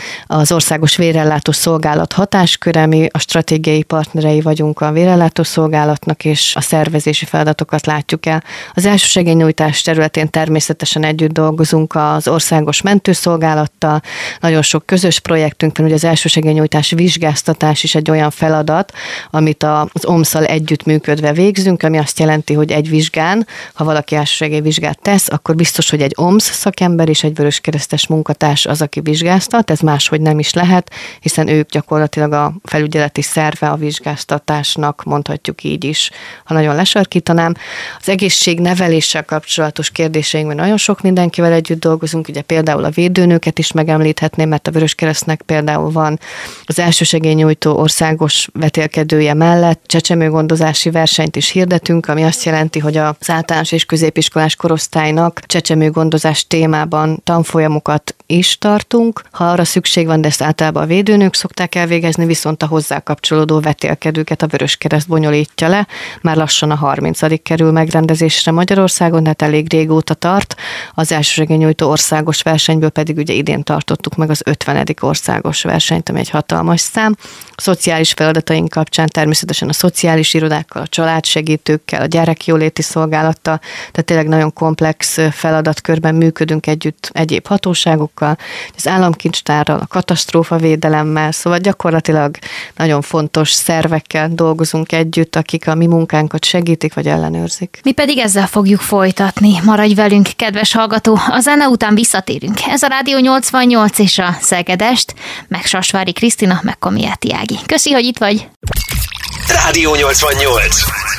S3: az Országos Vérellátó Szolgálat hatásköre, mi a stratégiai partnerei vagyunk a vérellátó szolgálatnak, és a szervezési feladatokat látjuk el. Az elsősegélynyújtás területén természetesen együtt dolgozunk az Országos Mentőszolgálattal, nagyon sok közös projektünk van, ugye az elsősegélynyújtás vizsgáztatás is egy olyan feladat, amit az OMSZ-szal együttműködve végzünk, ami azt jelenti, hogy egy vizsgán, ha valaki elsősegélyvizsgát tesz, akkor biztos, hogy egy OMSZ szakember és egy vöröskeresztes munkatárs az, aki vizsgáztat, ez máshogy nem is lehet, hiszen ők gyakorlatilag a felügyeleti szerve a vizsgáztatásnak, mondhatjuk így is, ha nagyon lesarkítanám. Az egészségneveléssel kapcsolatos kérdéseinkben nagyon sok mindenkivel együtt dolgozunk, ugye például a védőnőket is megemlíthetném, mert a Vöröskeresztnek például van az elsősegélynyújtó országos vetélkedője mellett csecsemőgondozási versenyt is hirdetünk, ami azt jelenti, hogy az általános és középiskolás korosztálynak csecsemőgondozás témában tanfolyamokat is tartunk, ha arra szükség van, de ezt általában a védőnők szokták elvégezni, viszont a hozzá kapcsolódó vetélkedőket a Vöröskereszt bonyolítja le. Már lassan a 30. kerül megrendezésre Magyarországon, tehát elég régóta tart. Az elsősegélynyújtó országos versenyből pedig ugye idén tartottuk meg az 50. országos versenyt, ami egy hatalmas szám. A szociális feladataink kapcsán természetesen a szociális irodákkal, a családsegítőkkel, a gyerekjóléti szolgálattal, tehát tényleg nagyon komplex feladatkörben működünk együtt egyéb hatóságokkal, az államkincstárral, a katasztrófavédelemmel, szóval gyakorlatilag nagyon fontos szervekkel dolgozunk együtt, akik a mi munkánkat segítik vagy ellenőrzik.
S2: Mi pedig ezzel fogjuk folytatni. Maradj velünk, kedves hallgató! A zene után visszatérünk. Ez a Rádió 88 és a Szegedest, meg Sasvári Krisztina, meg Komjáti Ági. Köszi, hogy itt vagy!
S1: Rádió 88.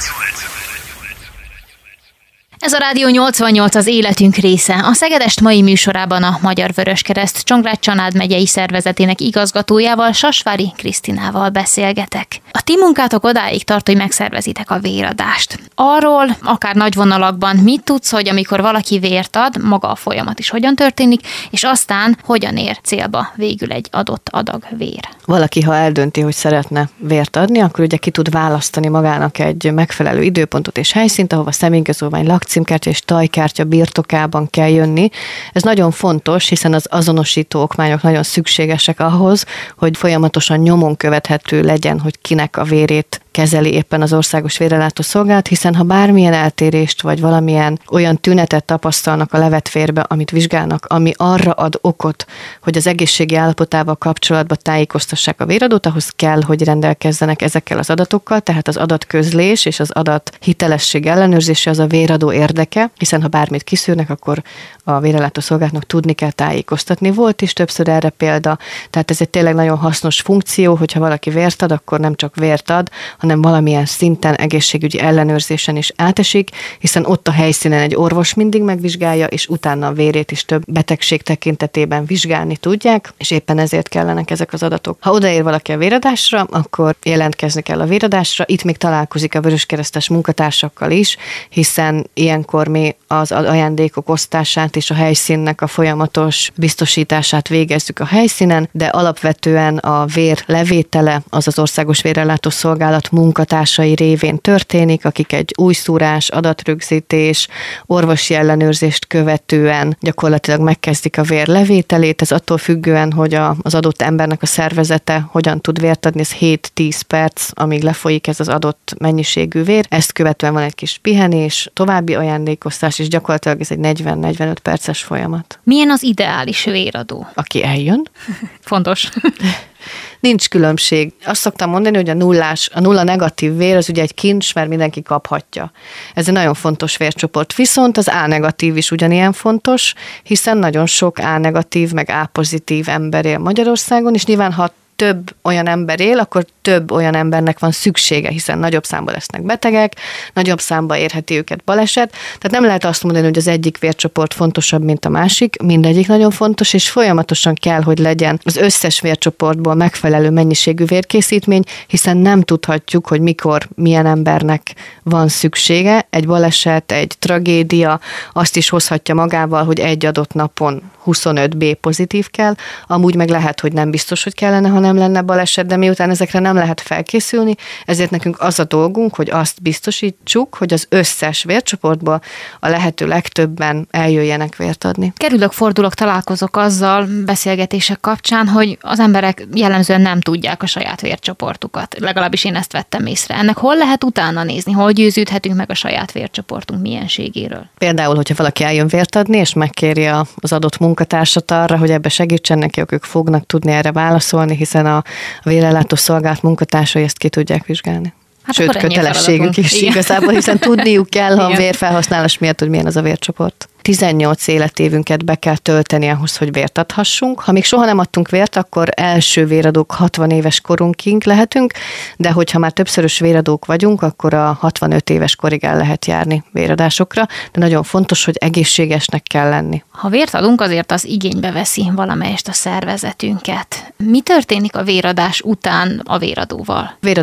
S2: Ez a Rádió 88 az életünk része. A Szegedest mai műsorában a Magyar Vöröskereszt Csongrád-Csanád megyei szervezetének igazgatójával, Sasvári Krisztinával beszélgetek. A ti munkátok odáig tart, hogy megszervezitek a véradást. Arról, akár nagy vonalakban mit tudsz, hogy amikor valaki vért ad, maga a folyamat is hogyan történik, és aztán hogyan ér célba végül egy adott adag vér.
S3: Valaki, ha eldönti, hogy szeretne vért adni, akkor ugye ki tud választani magának egy megfelelő időpontot és helyszínt, ahova személyigazolvány, lakcímkártya és tajkártya birtokában kell jönni. Ez nagyon fontos, hiszen az azonosító okmányok nagyon szükségesek ahhoz, hogy folyamatosan nyomon követhető legyen, hogy kinek a vérét kezeli éppen az Országos Vérellátó Szolgálat, hiszen ha bármilyen eltérést vagy valamilyen olyan tünetet tapasztalnak a levetvérbe, amit vizsgálnak, ami arra ad okot, hogy az egészségi állapotával kapcsolatban tájékoztassák a véradót, ahhoz kell, hogy rendelkezzenek ezekkel az adatokkal, tehát az adatközlés és az adat hitelesség ellenőrzése az a véradó érdeke, hiszen ha bármit kiszűrnek, akkor a Vérellátó Szolgálatnak tudni kell tájékoztatni. Volt is többször erre példa, tehát ez egy tényleg nagyon hasznos funkció, hogyha valaki vért ad, akkor nem csak vért ad, hanem valamilyen szinten egészségügyi ellenőrzésen is átesik, hiszen ott a helyszínen egy orvos mindig megvizsgálja, és utána a vérét is több betegség tekintetében vizsgálni tudják, és éppen ezért kellenek ezek az adatok. Ha odaér valaki a véradásra, akkor jelentkezni kell a véradásra. Itt még találkozik a vöröskeresztes munkatársakkal is, hiszen ilyenkor mi az ajándékok osztását és a helyszínnek a folyamatos biztosítását végezzük a helyszínen, de alapvetően a vér levétele az az Országos Vérellátó Szolgálat munkatársai révén történik, akik egy újszúrás, adatrögzítés, orvosi ellenőrzést követően gyakorlatilag megkezdik a vér levételét. Ez attól függően, hogy az adott embernek a szervezete hogyan tud vért adni, ez 7-10 perc, amíg lefolyik ez az adott mennyiségű vér. Ezt követően van egy kis pihenés, további ajándékoztás, és gyakorlatilag ez egy 40-45 perces folyamat.
S2: Milyen az ideális véradó?
S3: Aki eljön.
S2: Fontos.
S3: Nincs különbség. Azt szoktam mondani, hogy a nulla negatív vér az ugye egy kincs, mert mindenki kaphatja. Ez egy nagyon fontos vércsoport. Viszont az A negatív is ugyanilyen fontos, hiszen nagyon sok A negatív meg A pozitív ember él Magyarországon, és nyilván ha több olyan ember él, akkor több olyan embernek van szüksége, hiszen nagyobb számban lesznek betegek, nagyobb számban érheti őket baleset. Tehát nem lehet azt mondani, hogy az egyik vércsoport fontosabb, mint a másik, mindegyik nagyon fontos, és folyamatosan kell, hogy legyen az összes vércsoportból megfelelő mennyiségű vérkészítmény, hiszen nem tudhatjuk, hogy mikor milyen embernek van szüksége. Egy baleset, egy tragédia azt is hozhatja magával, hogy egy adott napon 25 B pozitív kell, amúgy meg lehet, hogy nem biztos, hogy kellene, ha nem lenne baleset, de miután ezekre nem lehet felkészülni, ezért nekünk az a dolgunk, hogy azt biztosítsuk, hogy az összes vércsoportból a lehető legtöbben eljöjjenek vért adni.
S2: Kerülök, fordulok, találkozok azzal beszélgetések kapcsán, hogy az emberek jellemzően nem tudják a saját vércsoportukat. Legalábbis én ezt vettem észre. Ennek hol lehet utána nézni? Hol győződhetünk meg a saját vércsoportunk mienségéről? Például,
S3: hogyha valaki eljön vért adni, és megkéri az adott munkatársat arra, hogy ebbe segítsen neki, ők fognak tudni erre válaszolni, hiszen a Vérellátó Szolgálat munkatársai ezt ki tudják vizsgálni.
S2: Hát
S3: sőt, kötelességük is igazából, hiszen tudniuk kell, ha a vérfelhasználás miatt, hogy milyen az a vércsoport. 18 életévünket be kell tölteni ahhoz, hogy vért adhassunk. Ha még soha nem adtunk vért, akkor első véradók 60 éves korunkig lehetünk, de hogyha már többszörös véradók vagyunk, akkor a 65 éves korig el lehet járni véradásokra, de nagyon fontos, hogy egészségesnek kell lenni.
S2: Ha vért adunk, azért az igénybe veszi valamelyest a szervezetünket. Mi történik a véradás után a véradóval?
S3: Véradás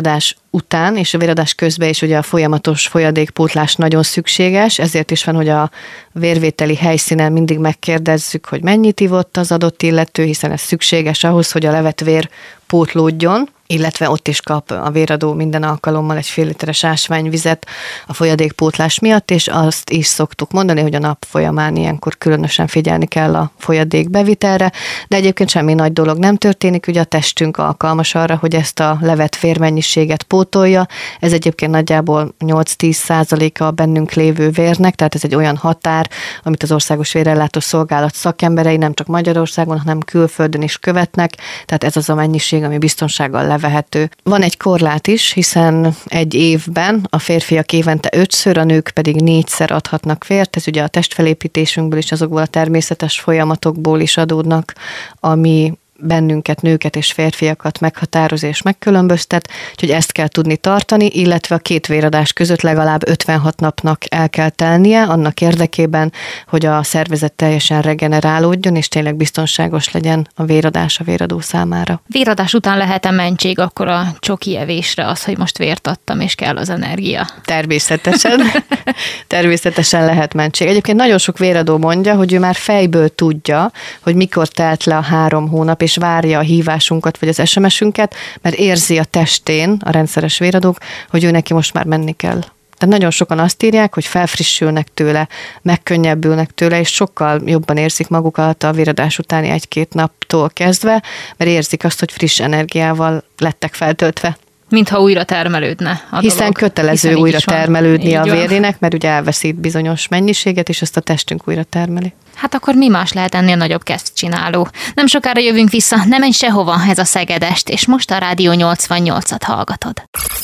S3: után és a véradás közben is ugye a folyamatos folyadékpótlás nagyon szükséges, ezért is van, hogy a vérvételi helyszínen mindig megkérdezzük, hogy mennyit ivott az adott illető, hiszen ez szükséges ahhoz, hogy a levett vér pótlódjon, illetve ott is kap a véradó minden alkalommal egy fél literes ásványvizet a folyadékpótlás miatt, és azt is szoktuk mondani, hogy a nap folyamán ilyenkor különösen figyelni kell a folyadék bevitelre, de egyébként semmi nagy dolog nem történik, ugye a testünk alkalmas arra, hogy ezt a levett vérmennyiséget pótolja, ez egyébként nagyjából 8-10% a bennünk lévő vérnek, tehát ez egy olyan határ, amit az Országos Vérellátó Szolgálat szakemberei nem csak Magyarországon, hanem külföldön is követnek, tehát ez az a mennyiség, ami biztonsággal levehető. Van egy korlát is, hiszen egy évben a férfiak évente 5-ször, a nők pedig 4-szer adhatnak vért, ez ugye a testfelépítésünkből és azokból a természetes folyamatokból is adódnak, ami bennünket, nőket és férfiakat meghatároz és megkülönböztet, úgyhogy ezt kell tudni tartani, illetve a 2 véradás között legalább 56 napnak el kell telnie, annak érdekében, hogy a szervezet teljesen regenerálódjon, és tényleg biztonságos legyen a véradás a véradó számára.
S2: Véradás után lehet-e mentség akkor a csoki evésre az, hogy most vért adtam, és kell az energia?
S3: Természetesen. Természetesen lehet mentség. Egyébként nagyon sok véradó mondja, hogy ő már fejből tudja, hogy mikor telt le a 3 hónap, és várja a hívásunkat, vagy az SMS-ünket, mert érzi a testén, a rendszeres véradók, hogy ő neki most már menni kell. Tehát nagyon sokan azt írják, hogy felfrissülnek tőle, megkönnyebbülnek tőle, és sokkal jobban érzik magukat a véradás utáni 1-2 naptól kezdve, mert érzik azt, hogy friss energiával lettek feltöltve.
S2: Mintha újra termelődne a dolog.
S3: Hiszen kötelező újra termelődni a vérének, mert ugye elveszít bizonyos mennyiséget, és ezt a testünk újra termeli.
S2: Hát akkor mi más lehet ennél nagyobb kezdcsináló? Nem sokára jövünk vissza, ne menj sehova, ez a Szegedest, és most a Rádió 88-at hallgatod.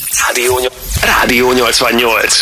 S1: Rádió 88.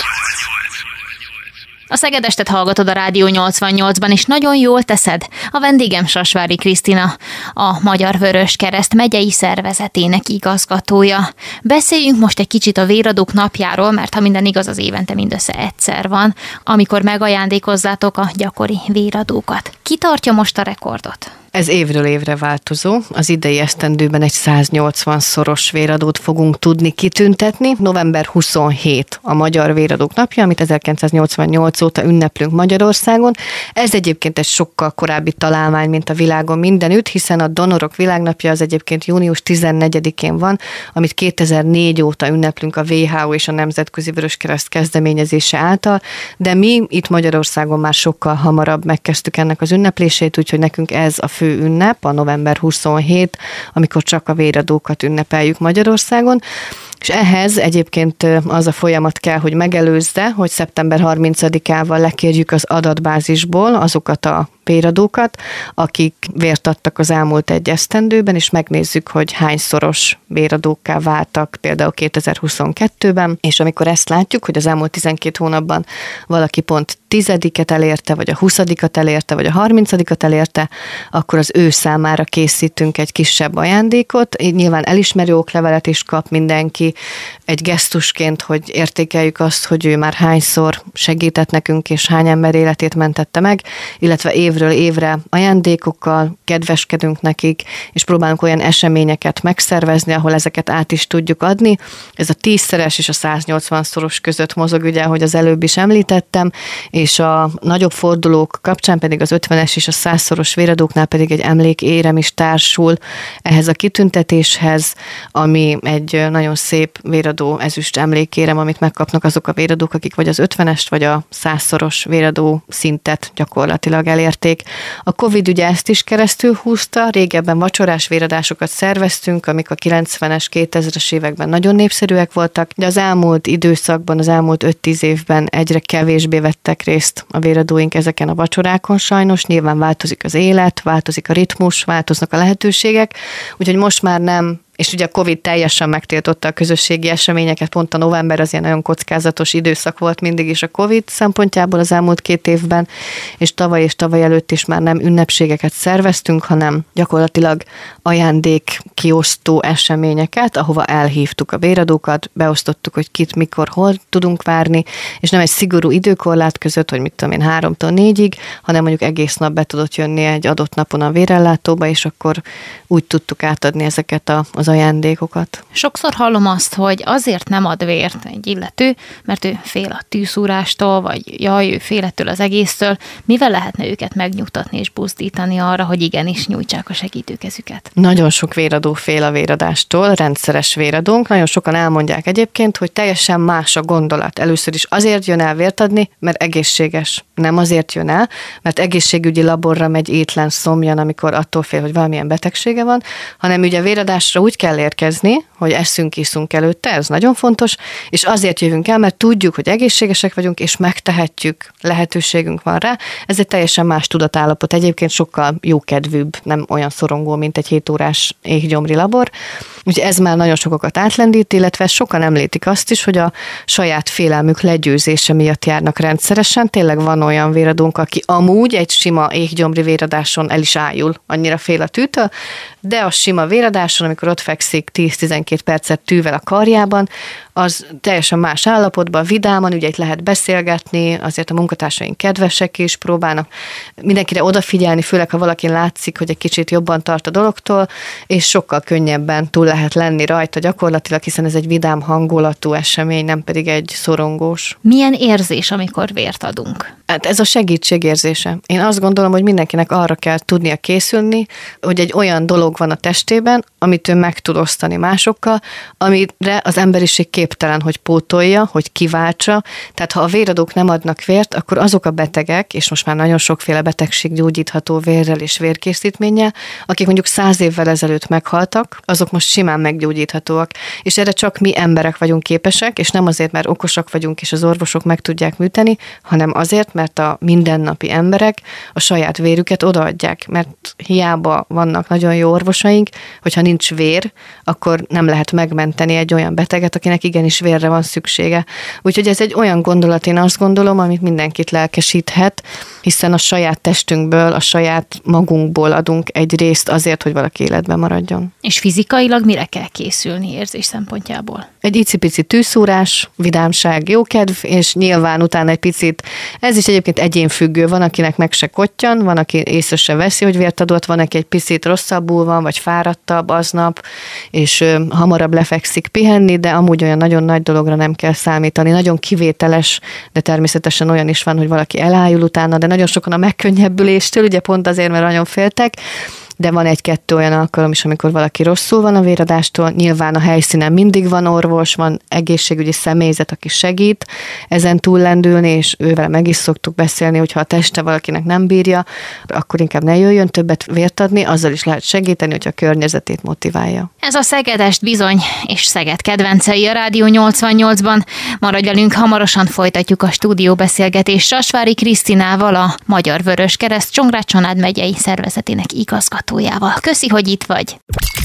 S2: A Szegedestet hallgatod a Rádió 88-ban, és nagyon jól teszed. A vendégem Sasvári Krisztina, a Magyar Vöröskereszt megyei szervezetének igazgatója. Beszéljünk most egy kicsit a véradók napjáról, mert ha minden igaz, az évente mindössze egyszer van, amikor megajándékozzátok a gyakori véradókat. Ki tartja most a rekordot?
S3: Ez évről évre változó. Az idei esztendőben egy 180-szoros véradót fogunk tudni kitüntetni. November 27 a Magyar Véradók napja, amit 1988 óta ünneplünk Magyarországon. Ez egyébként egy sokkal korábbi találmány, mint a világon mindenütt, hiszen a Donorok Világnapja az egyébként június 14-én van, amit 2004 óta ünneplünk a WHO és a Nemzetközi Vöröskereszt kezdeményezése által, de mi itt Magyarországon már sokkal hamarabb megkezdtük ennek az ünneplését, úgyhogy nekünk ez a fő ünnep, a november 27, amikor csak a véradókat ünnepeljük Magyarországon, és ehhez egyébként az a folyamat kell, hogy megelőzze, hogy szeptember 30-ával lekérjük az adatbázisból azokat a véradókat, akik vért adtak az elmúlt egy esztendőben, és megnézzük, hogy hányszoros véradókká váltak például 2022-ben, és amikor ezt látjuk, hogy az elmúlt 12 hónapban valaki pont 10-et elérte, vagy a 20-at elérte, vagy a 30-at elérte, akkor az ő számára készítünk egy kisebb ajándékot. Nyilván elismerő oklevelet is kap mindenki, egy gesztusként, hogy értékeljük azt, hogy ő már hányszor segített nekünk, és hány ember életét mentette meg, illetve évről évre ajándékokkal kedveskedünk nekik, és próbálunk olyan eseményeket megszervezni, ahol ezeket át is tudjuk adni. Ez a 10-szeres és a 180-szoros között mozog, ugye, ahogy az előbb is említettem, és a nagyobb fordulók kapcsán pedig az 50-es és a 100-szoros véradóknál pedig egy emlékérem is társul ehhez a kitüntetéshez, ami egy nagyon szép véradó ezüst emlékérem, amit megkapnak azok a véradók, akik vagy az 50-est, vagy a 100-szoros véradó szintet gyakorlatilag elérték. A Covid ugye ezt is keresztül húzta, régebben vacsorás véradásokat szerveztünk, amik a 90-es, 2000-es években nagyon népszerűek voltak, de az elmúlt időszakban, az elmúlt 5-10 évben egyre kevésbé vettek részt a véradóink ezeken a vacsorákon sajnos. Nyilván változik az élet, változik a ritmus, változnak a lehetőségek, úgyhogy most már nem. És ugye a Covid teljesen megtiltotta a közösségi eseményeket, pont a november az ilyen nagyon kockázatos időszak volt mindig is a Covid szempontjából az elmúlt 2 évben, és tavaly előtt is már nem ünnepségeket szerveztünk, hanem gyakorlatilag ajándékkiosztó eseményeket, ahova elhívtuk a véradókat, beosztottuk, hogy kit, mikor, hol tudunk várni, és nem egy szigorú időkorlát között, hogy mit tudom én 3-tól 4-ig, hanem mondjuk egész nap be tudott jönni egy adott napon a vérellátóba, és akkor úgy tudtuk átadni ezeket az az ajándékokat.
S2: Sokszor hallom azt, hogy azért nem ad vért egy illető, mert ő fél a tűszúrástól, vagy jaj, ő fél ettől az egésztől. Mivel lehetne őket megnyugtatni és buzdítani arra, hogy igenis nyújtsák a segítőkezüket?
S3: Nagyon sok véradó fél a véradástól, rendszeres véradónk. Nagyon sokan elmondják egyébként, hogy teljesen más a gondolat. Először is azért jön el vért adni, mert egészséges. Nem azért jön el, mert egészségügyi laborra megy étlen szomjan, amikor attól fél, hogy valamilyen betegsége van, hanem ugye a véradásra úgy kell érkezni, hogy eszünk, iszunk előtte, ez nagyon fontos, és azért jövünk el, mert tudjuk, hogy egészségesek vagyunk, és megtehetjük, lehetőségünk van rá. Ez egy teljesen más tudatállapot, egyébként sokkal jókedvűbb, nem olyan szorongó, mint egy 7 órás éggyomri labor. Úgyhogy ez már nagyon sokakat átlendít, illetve sokan említik azt is, hogy a saját félelmük legyőzése miatt járnak rendszeresen. Tényleg van olyan véradónk, aki amúgy egy sima éggyomri véradáson el is ájul, annyira fél a tűtől, de a sima véradáson, amikor ott fekszik 10-12 percet tűvel a karjában, az teljesen más állapotban, vidáman, ugye itt lehet beszélgetni, azért a munkatársaink kedvesek is, próbálnak mindenkire odafigyelni, főleg ha valakin látszik, hogy egy kicsit jobban tart a dologtól, és sokkal könnyebben túl lehet lenni rajta gyakorlatilag, hiszen ez egy vidám hangulatú esemény, nem pedig egy szorongós.
S2: Milyen érzés, amikor vért adunk?
S3: Hát ez a segítség érzése. Én azt gondolom, hogy mindenkinek arra kell tudnia készülni, hogy egy olyan dolog van a testében, amit ő meg tud osztani másokkal, amire az emberiség képtelen, hogy pótolja, hogy kiváltsa. Tehát ha a véradók nem adnak vért, akkor azok a betegek, és most már nagyon sokféle betegség gyógyítható vérrel és vérkészítménnyel, akik mondjuk 100 évvel ezelőtt meghaltak, azok most simán meggyógyíthatóak. És erre csak mi emberek vagyunk képesek, és nem azért, mert okosak vagyunk, és az orvosok meg tudják műteni, hanem azért, mert a mindennapi emberek a saját vérüket odaadják, mert hiába vannak nagyon jó orvosaink, hogyha nincs vér, akkor nem lehet megmenteni egy olyan beteget, akinek igenis vérre van szüksége. Úgyhogy ez egy olyan gondolat, én azt gondolom, amit mindenkit lelkesíthet, hiszen a saját testünkből, a saját magunkból adunk egy részt azért, hogy valaki életben maradjon.
S2: És fizikailag mire kell készülni érzés szempontjából?
S3: Egy icipici tűszúrás, vidámság, jókedv, és nyilván utána egy picit, ez is egyébként egyénfüggő, van, akinek meg se kottyan, van, aki észre se veszi, hogy vért adott, van, aki egy picit rosszabbul van, vagy fáradtabb aznap, és hamarabb lefekszik pihenni, de amúgy olyan nagyon nagy dologra nem kell számítani. Nagyon kivételes, de természetesen olyan is van, hogy valaki elájul utána, de nagyon sokan a megkönnyebbüléstől, ugye pont azért, mert nagyon féltek, de van 1-2 olyan alkalom is, amikor valaki rosszul van a véradástól. Nyilván a helyszínen mindig van orvos, van egészségügyi személyzet, aki segít ezen túllendülni, és ővel meg is szoktuk beszélni, hogyha a teste valakinek nem bírja, akkor inkább ne jöjjön többet vért adni, azzal is lehet segíteni, hogyha a környezetét motiválja.
S2: Ez a Szegedest bizony, és Szeged kedvencei a Rádió 88-ban. Maradj velünk, hamarosan folytatjuk a stúdióbeszélgetést Sasvári Krisztinával, a Magyar Vöröskereszt Csongrád-Csanád megyei szervezetének igazgatójával. Köszi, hogy itt vagy.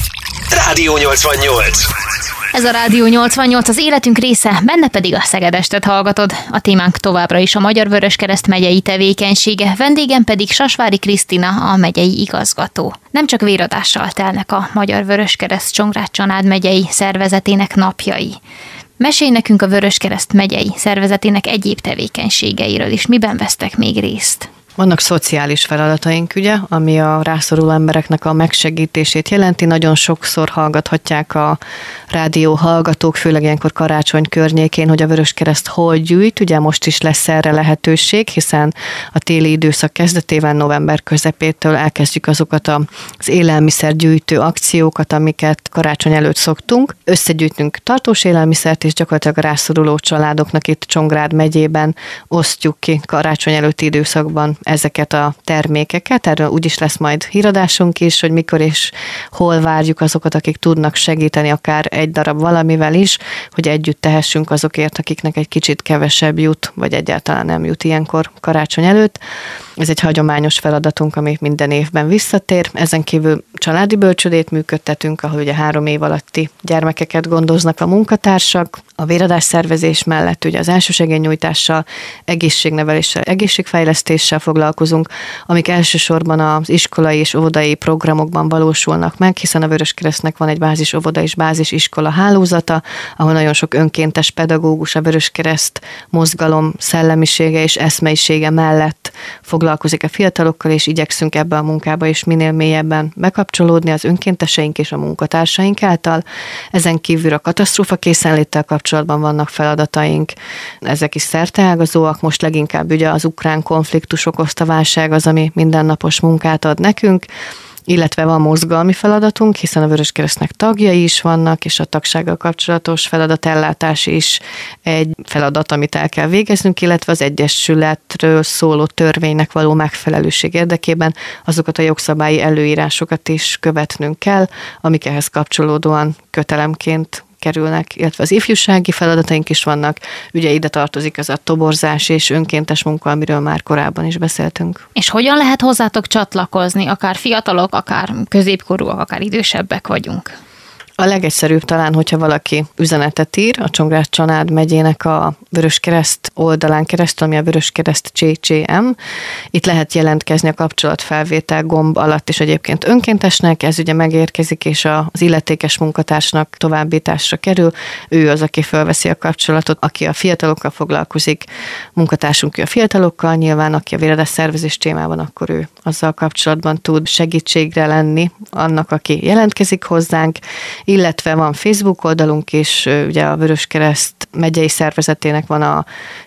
S1: Rádió 88.
S2: Ez a Rádió 88 az életünk része, benne pedig a Szegedestet hallgatod. A témánk továbbra is a Magyar Vöröskereszt megyei tevékenysége, vendégem pedig Sasvári Krisztina, a megyei igazgató. Nem csak véradással telnek a Magyar Vöröskereszt Csongrád-Csanád megyei szervezetének napjai. Mesélj nekünk a Vöröskereszt megyei szervezetének egyéb tevékenységeiről is. Miben vesztek még részt?
S3: Vannak szociális feladataink, ugye, ami a rászoruló embereknek a megsegítését jelenti. Nagyon sokszor hallgathatják a rádió hallgatók, főleg ilyenkor karácsony környékén, hogy a Vöröskereszt hol gyűjt. Ugye most is lesz erre lehetőség, hiszen a téli időszak kezdetében, november közepétől elkezdjük azokat az élelmiszergyűjtő akciókat, amiket karácsony előtt szoktunk. Összegyűjtünk tartós élelmiszert, és gyakorlatilag a rászoruló családoknak itt Csongrád megyében osztjuk ki karácsony előtti időszakban ezeket a termékeket. Erről úgyis lesz majd híradásunk is, hogy mikor és hol várjuk azokat, akik tudnak segíteni, akár egy darab valamivel is, hogy együtt tehessünk azokért, akiknek egy kicsit kevesebb jut, vagy egyáltalán nem jut ilyenkor karácsony előtt. Ez egy hagyományos feladatunk, ami minden évben visszatér. Ezen kívül családi bölcsődét működtetünk, ahol ugye 3 év alatti gyermekeket gondoznak a munkatársak. A véradás szervezés mellett ugye az elsősegélynyújtással, egészségneveléssel, egészségfejlesztéssel foglalkozunk, amik elsősorban az iskolai és óvodai programokban valósulnak meg, hiszen a Vöröskeresztnek van egy bázis óvoda és bázis iskola hálózata, ahol nagyon sok önkéntes pedagógus a Vöröskereszt mozgalom szellemisége és eszmeisége mellett foglalkozik foglalkozik a fiatalokkal, és igyekszünk ebbe a munkába is minél mélyebben bekapcsolódni az önkénteseink és a munkatársaink által. Ezen kívül a katasztrófa készenléttel kapcsolatban vannak feladataink, ezek is szerteágazóak, most leginkább ugye az ukrán konfliktus okozta válság az, ami mindennapos munkát ad nekünk, illetve van mozgalmi feladatunk, hiszen a Vöröskeresztnek tagjai is vannak, és a tagsággal kapcsolatos feladatellátás is egy feladat, amit el kell végeznünk, illetve az egyesületről szóló törvénynek való megfelelőség érdekében azokat a jogszabályi előírásokat is követnünk kell, amik ehhez kapcsolódóan kötelemként kerülnek, illetve az ifjúsági feladataink is vannak. Ugye ide tartozik az a toborzás és önkéntes munka, amiről már korábban is beszéltünk.
S2: És hogyan lehet hozzátok csatlakozni? Akár fiatalok, akár középkorúak, akár idősebbek vagyunk.
S3: A legegyszerűbb talán, hogyha valaki üzenetet ír a Csongrád-Csanád megyének a Vöröskereszt oldalán keresztül, ami a Vöröskereszt CCM. Itt lehet jelentkezni a kapcsolatfelvétel gomb alatt is egyébként önkéntesnek, ez ugye megérkezik, és az illetékes munkatársnak továbbításra kerül. Ő az, aki felveszi a kapcsolatot, aki a fiatalokkal foglalkozik, munkatársunk ő a fiatalokkal, nyilván aki a véredes szervezés témában, akkor ő azzal kapcsolatban tud segítségre lenni annak, aki jelentkezik hozzánk, illetve van Facebook oldalunk is, ugye a Vöröskereszt megyei szervezetének van a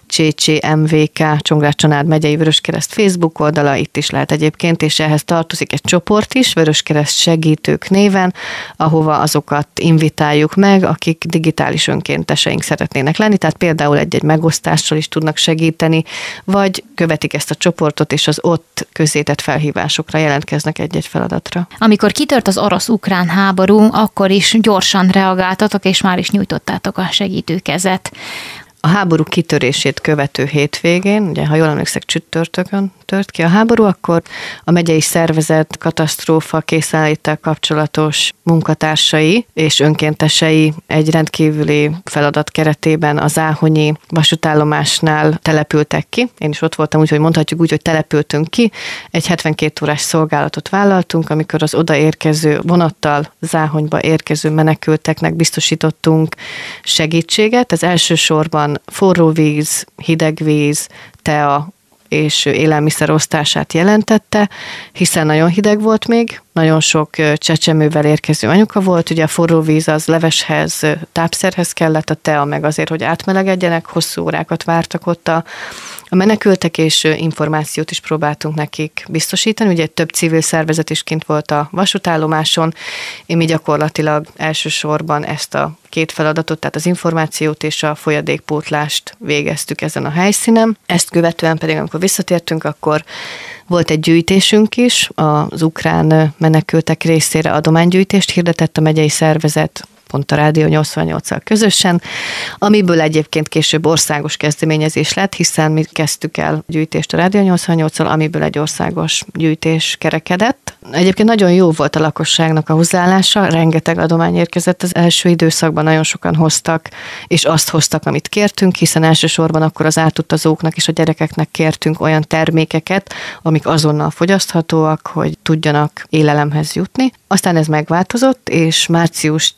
S3: CCMVK, Csongrád-Csanád megyei Vöröskereszt Facebook oldala, itt is lehet egyébként, és ehhez tartozik egy csoport is, Vöröskereszt segítők néven, ahova azokat invitáljuk meg, akik digitális önkénteseink szeretnének lenni, tehát például egy-egy megosztással is tudnak segíteni, vagy követik ezt a csoportot, és az ott közzétett felhívásokra jelentkeznek egy-egy feladatra.
S2: Amikor kitört az orosz-ukrán háború, akkor is gyorsan reagáltatok, és már is nyújtottátok a segítőkezet.
S3: A háború kitörését követő hétvégén, ugye ha jól emlékszek, csütörtökön tört ki a háború, akkor a megyei szervezet katasztrófa készenléttel kapcsolatos munkatársai és önkéntesei egy rendkívüli feladat keretében a záhonyi vasútállomásnál települtek ki. Én is ott voltam, úgyhogy mondhatjuk úgy, hogy települtünk ki. Egy 72 órás szolgálatot vállaltunk, amikor az odaérkező vonattal Záhonyba érkező menekülteknek biztosítottunk segítséget. Ez elsősorban forró víz, hideg víz, tea és élelmiszer osztását jelentette, hiszen nagyon hideg volt még, nagyon sok csecsemővel érkező anyuka volt, ugye a forró víz az leveshez, tápszerhez kellett, a tea meg azért, hogy átmelegedjenek, hosszú órákat vártak ott a menekültek, és információt is próbáltunk nekik biztosítani. Ugye több civil szervezet is kint volt a vasútállomáson, mi gyakorlatilag elsősorban ezt a két feladatot, tehát az információt és a folyadékpótlást végeztük ezen a helyszínen. Ezt követően pedig, amikor visszatértünk, akkor volt egy gyűjtésünk is, az ukrán menekültek részére adománygyűjtést hirdetett a megyei szervezet, pont a Rádió 88-al közösen, amiből egyébként később országos kezdeményezés lett, hiszen mi kezdtük el gyűjtést a Rádió 88-al, amiből egy országos gyűjtés kerekedett. Egyébként nagyon jó volt a lakosságnak a hozzáállása, rengeteg adomány érkezett az első időszakban, nagyon sokan hoztak, és azt hoztak, amit kértünk, hiszen elsősorban akkor az átutazóknak és a gyerekeknek kértünk olyan termékeket, amik azonnal fogyaszthatóak, hogy tudjanak élelemhez jutni. Aztán ez megváltozott, és március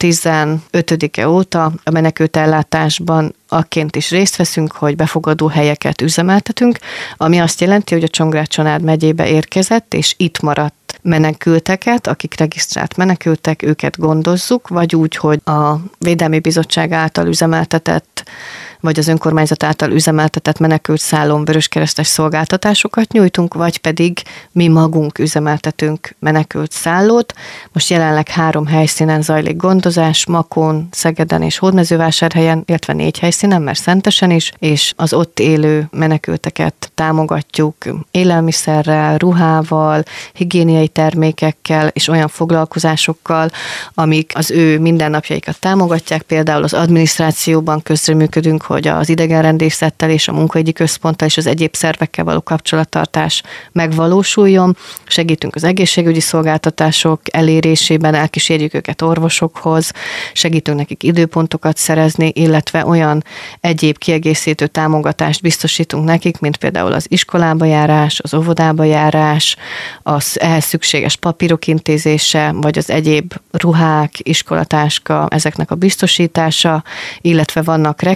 S3: 15-e óta a menekültellátásban akként is részt veszünk, hogy befogadó helyeket üzemeltetünk, ami azt jelenti, hogy a Csongrád-Csanád megyébe érkezett, és itt maradt menekülteket, akik regisztrált menekültek, őket gondozzuk, vagy úgy, hogy a Védelmi Bizottság által üzemeltetett, vagy az önkormányzat által üzemeltetett menekültszállón vöröskeresztes szolgáltatásokat nyújtunk, vagy pedig mi magunk üzemeltetünk menekültszállót. Most jelenleg 3 helyszínen zajlik gondozás, Makón, Szegeden és Hódmezővásárhelyen, illetve 4 helyszínen, mert Szentesen is, és az ott élő menekülteket támogatjuk élelmiszerrel, ruhával, higiéniai termékekkel és olyan foglalkozásokkal, amik az ő mindennapjaikat támogatják. Például az adminisztrációban közreműködünk, hogy az idegenrendészettel és a munkaügyi központtal és az egyéb szervekkel való kapcsolattartás megvalósuljon. Segítünk az egészségügyi szolgáltatások elérésében, elkísérjük őket orvosokhoz, segítünk nekik időpontokat szerezni, illetve olyan egyéb kiegészítő támogatást biztosítunk nekik, mint például az iskolába járás, az óvodába járás, az ehhez szükséges papírok intézése, vagy az egyéb ruhák, iskolatáska, ezeknek a biztosítása, illetve vannak rekreációs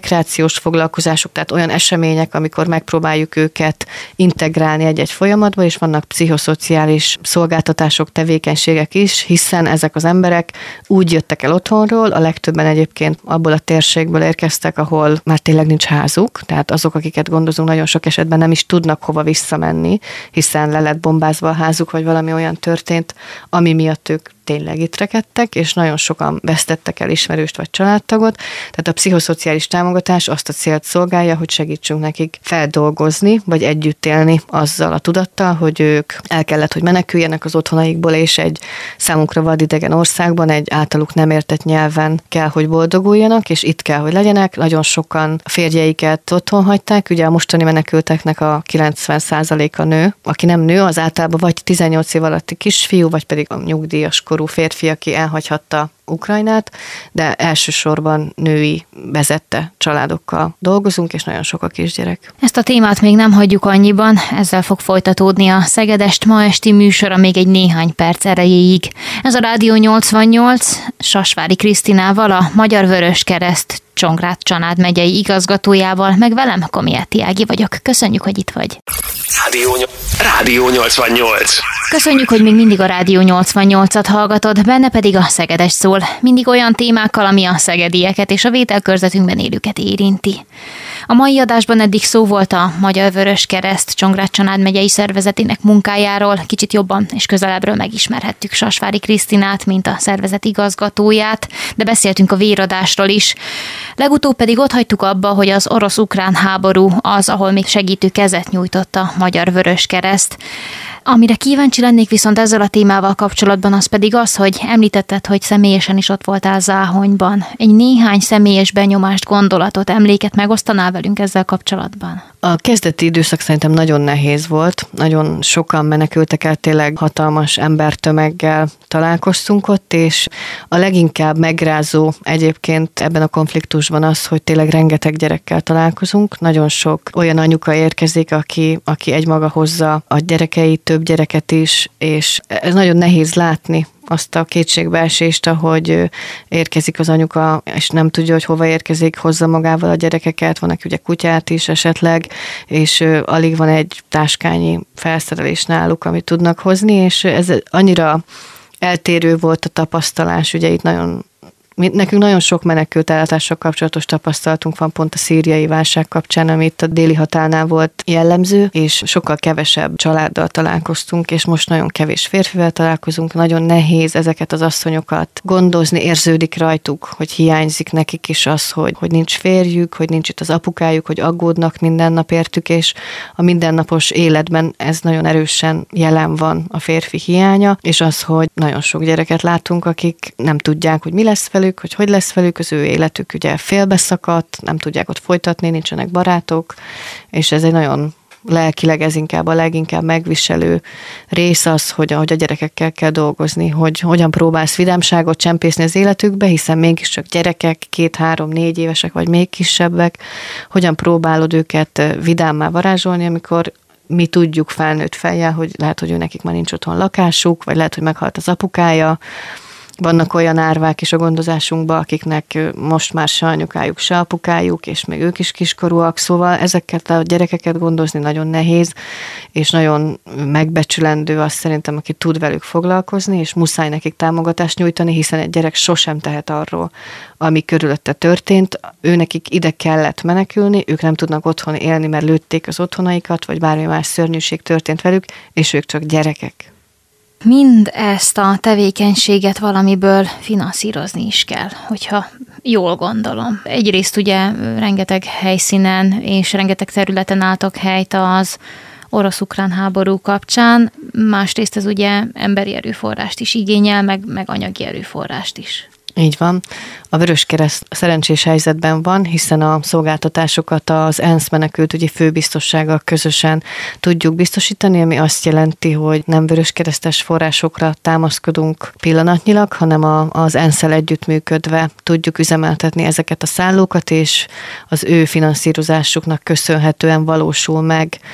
S3: inkluziós foglalkozások, tehát olyan események, amikor megpróbáljuk őket integrálni egy-egy folyamatba, és vannak pszichoszociális szolgáltatások, tevékenységek is, hiszen ezek az emberek úgy jöttek el otthonról, a legtöbben egyébként abból a térségből érkeztek, ahol már tényleg nincs házuk, tehát azok, akiket gondozunk, nagyon sok esetben nem is tudnak hova visszamenni, hiszen le lett bombázva a házuk, vagy valami olyan történt, ami miatt ők tényleg itt rekedtek, és nagyon sokan vesztettek el ismerőst vagy családtagot. Tehát a pszichoszociális támogatás azt a célt szolgálja, hogy segítsünk nekik feldolgozni, vagy együtt élni azzal a tudattal, hogy ők el kellett, hogy meneküljenek az otthonaikból, és egy számukra vadidegen országban, egy általuk nem értett nyelven kell, hogy boldoguljanak, és itt kell, hogy legyenek. Nagyon sokan a férjeiket otthon hagyták, ugye a mostani menekülteknek a 90%-a nő. Aki nem nő, az általában vagy 18 év alatti kisfiú, vagy pedig a nyugdíjas korú férfi, aki elhagyhatta Ukrajnát, de elsősorban női vezette családokkal dolgozunk, és nagyon sok a kisgyerek.
S2: Ezt a témát még nem hagyjuk annyiban, ezzel fog folytatódni a Szegedest ma esti műsora még egy néhány perc erejéig. Ez a Rádió 88, Sasvári Krisztinával, a Magyar Vöröskereszt Csongrád-Csanád megyei igazgatójával, meg velem, Komjáthy Ági vagyok. Köszönjük, hogy itt vagy.
S1: Rádió 88.
S2: Köszönjük, hogy még mindig a Rádió 88-at hallgatod, benne pedig a Szegedest szól. Mindig olyan témákkal, ami a szegedieket és a vételkörzetünkben élőket érinti. A mai adásban eddig szó volt a Magyar Vöröskereszt Csongrád-Csanád megyei szervezetének munkájáról, kicsit jobban és közelebbről megismerhettük Sasvári Krisztinát, mint a szervezet igazgatóját, de beszéltünk a véradásról is. Legutóbb pedig ott hagytuk abba, hogy az orosz-ukrán háború az, ahol még segítő kezet nyújtott a Magyar Vöröskereszt. Amire kíváncsi lennék viszont ezzel a témával kapcsolatban, az pedig az, hogy említetted, hogy személyesen is ott voltál Záhonyban. Egy néhány személyes benyomást, gondolatot, emléket megosztanál velünk ezzel kapcsolatban?
S3: A kezdeti időszak szerintem nagyon nehéz volt. Nagyon sokan menekültek el, tényleg hatalmas embertömeggel találkoztunk ott, és a leginkább megrázó egyébként ebben a konfliktusban az, hogy tényleg rengeteg gyerekkel találkozunk. Nagyon sok olyan anyuka érkezik, aki egymaga hozza a gyerekeit, több gyereket is, és ez nagyon nehéz látni azt a kétségbeesést, ahogy érkezik az anyuka, és nem tudja, hogy hova érkezik, hozza magával a gyerekeket, van, aki ugye kutyát is esetleg, és alig van egy táskányi felszerelés náluk, amit tudnak hozni, és ez annyira eltérő volt a tapasztalás, ugye itt nekünk nagyon sok menekültellátással kapcsolatos tapasztalatunk van pont a szíriai válság kapcsán, ami itt a déli határnál volt jellemző, és sokkal kevesebb családdal találkoztunk, és most nagyon kevés férfivel találkozunk, nagyon nehéz ezeket az asszonyokat gondozni, érződik rajtuk, hogy hiányzik nekik is az, hogy nincs férjük, hogy nincs itt az apukájuk, hogy aggódnak minden nap értük, és a mindennapos életben ez nagyon erősen jelen van, a férfi hiánya, és az, hogy nagyon sok gyereket látunk, akik nem tudják, hogy mi lesz velük, hogy lesz velük, az ő életük ugye félbeszakadt, nem tudják ott folytatni, nincsenek barátok, és ez egy nagyon lelkileg ez inkább a leginkább megviselő rész az, hogy a gyerekekkel kell dolgozni, hogy hogyan próbálsz vidámságot csempészni az életükbe, hiszen mégiscsak gyerekek, 2-3-4 évesek, vagy még kisebbek, hogyan próbálod őket vidámmá varázsolni, amikor mi tudjuk felnőtt fejjel, hogy lehet, hogy ő nekik már nincs otthon lakásuk, vagy lehet, hogy meghalt az apukája. Vannak olyan árvák is a gondozásunkban, akiknek most már se anyukájuk, se apukájuk, és még ők is kiskorúak, szóval ezeket a gyerekeket gondozni nagyon nehéz, és nagyon megbecsülendő azt szerintem, aki tud velük foglalkozni, és muszáj nekik támogatást nyújtani, hiszen egy gyerek sosem tehet arról, ami körülötte történt. Őnekik ide kellett menekülni, ők nem tudnak otthon élni, mert lőtték az otthonaikat, vagy bármi más szörnyűség történt velük, és ők csak gyerekek.
S2: Mind ezt a tevékenységet valamiből finanszírozni is kell, hogyha jól gondolom. Egyrészt ugye rengeteg helyszínen és rengeteg területen álltok helyt az orosz-ukrán háború kapcsán, másrészt ez ugye emberi erőforrást is igényel, meg anyagi erőforrást is.
S3: Így van. A Vöröskereszt szerencsés helyzetben van, hiszen a szolgáltatásokat az ENSZ menekültügyi főbiztossággal közösen tudjuk biztosítani, ami azt jelenti, hogy nem vöröskeresztes forrásokra támaszkodunk pillanatnyilag, hanem az ENSZ-el együttműködve tudjuk üzemeltetni ezeket a szállókat, és az ő finanszírozásuknak köszönhetően valósul meg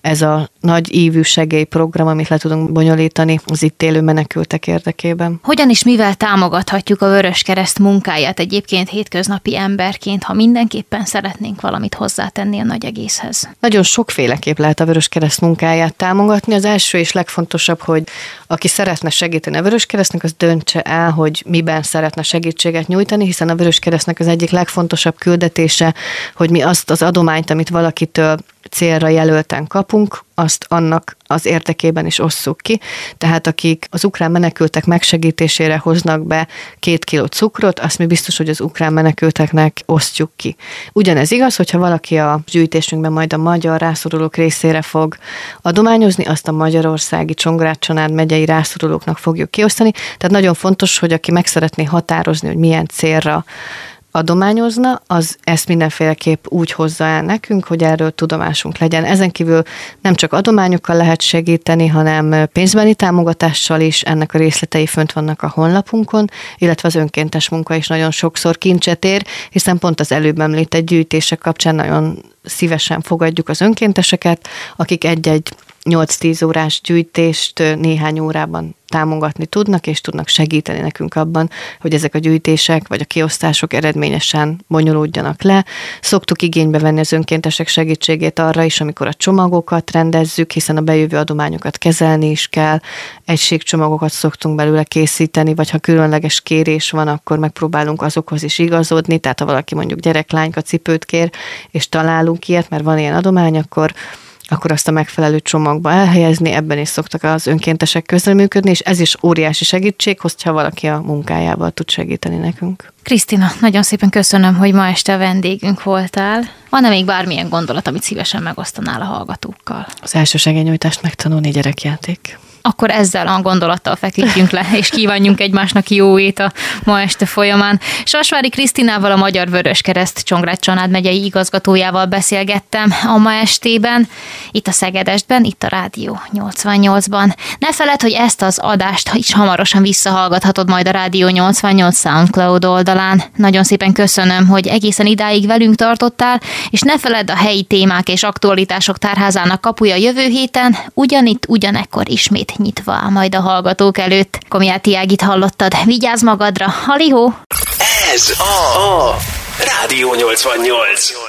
S3: ez a nagy ívű segélyprogram, amit le tudunk bonyolítani az itt élő menekültek érdekében.
S2: Hogyan és mivel támogathatjuk a Vöröskereszt munkáját egyébként hétköznapi emberként, ha mindenképpen szeretnénk valamit hozzátenni a nagy egészhez?
S3: Nagyon sokféleképp lehet a Vöröskereszt munkáját támogatni. Az első és legfontosabb, hogy aki szeretne segíteni a Vöröskeresztnek, az döntse el, hogy miben szeretne segítséget nyújtani, hiszen a Vöröskeresztnek az egyik legfontosabb küldetése, hogy mi azt az adományt, amit valakitől célra jelölten kapunk, azt annak az érdekében is osszuk ki. Tehát akik az ukrán menekültek megsegítésére hoznak be 2 kiló cukrot, azt mi biztos, hogy az ukrán menekülteknek osztjuk ki. Ugyanez igaz, hogyha valaki a gyűjtésünkben majd a magyar rászorulók részére fog adományozni, azt a magyarországi Csongrád-Csanád megyei rászorulóknak fogjuk kiosztani. Tehát nagyon fontos, hogy aki meg szeretné határozni, hogy milyen célra adományozna, az ezt mindenféleképp úgy hozza el nekünk, hogy erről tudomásunk legyen. Ezen kívül nem csak adományokkal lehet segíteni, hanem pénzbeni támogatással is, ennek a részletei fönt vannak a honlapunkon, illetve az önkéntes munka is nagyon sokszor kincset ér, hiszen pont az előbb említett gyűjtések kapcsán nagyon szívesen fogadjuk az önkénteseket, akik egy-egy 8-10 órás gyűjtést néhány órában támogatni tudnak, és tudnak segíteni nekünk abban, hogy ezek a gyűjtések vagy a kiosztások eredményesen bonyolódjanak le. Szoktuk igénybe venni az önkéntesek segítségét arra is, amikor a csomagokat rendezzük, hiszen a bejövő adományokat kezelni is kell, egységcsomagokat szoktunk belőle készíteni, vagy ha különleges kérés van, akkor megpróbálunk azokhoz is igazodni, tehát ha valaki mondjuk gyereklányka cipőt kér, és találunk ilyet, mert van ilyen adomány, akkor azt a megfelelő csomagba elhelyezni, ebben is szoktak az önkéntesek közreműködni, és ez is óriási segítség, hogyha valaki a munkájával tud segíteni nekünk.
S2: Krisztina, nagyon szépen köszönöm, hogy ma este a vendégünk voltál. Van-e még bármilyen gondolat, amit szívesen megosztanál a hallgatókkal?
S3: Az elsősegélynyújtást megtanulni gyerekjáték.
S2: Akkor ezzel a gondolattal feküdjünk le, és kívánjunk egymásnak jóét a ma este folyamán. Sasvári Krisztinával, a Magyar Vöröskereszt Csongrád-Csanád megyei igazgatójával beszélgettem a ma estében, itt a Szegedestben, itt a Rádió 88-ban. Ne feledd, hogy ezt az adást is hamarosan visszahallgathatod majd a Rádió 88 SoundCloud oldalán. Nagyon szépen köszönöm, hogy egészen idáig velünk tartottál, és ne feledd, a helyi témák és aktualitások tárházának kapuja jövő héten, ugyanitt, ugyanekkor ismét nyitva áll majd a hallgatók előtt. Komjáti Ágit hallottad, vigyázz magadra, halihó!
S1: Ez a Rádió 88.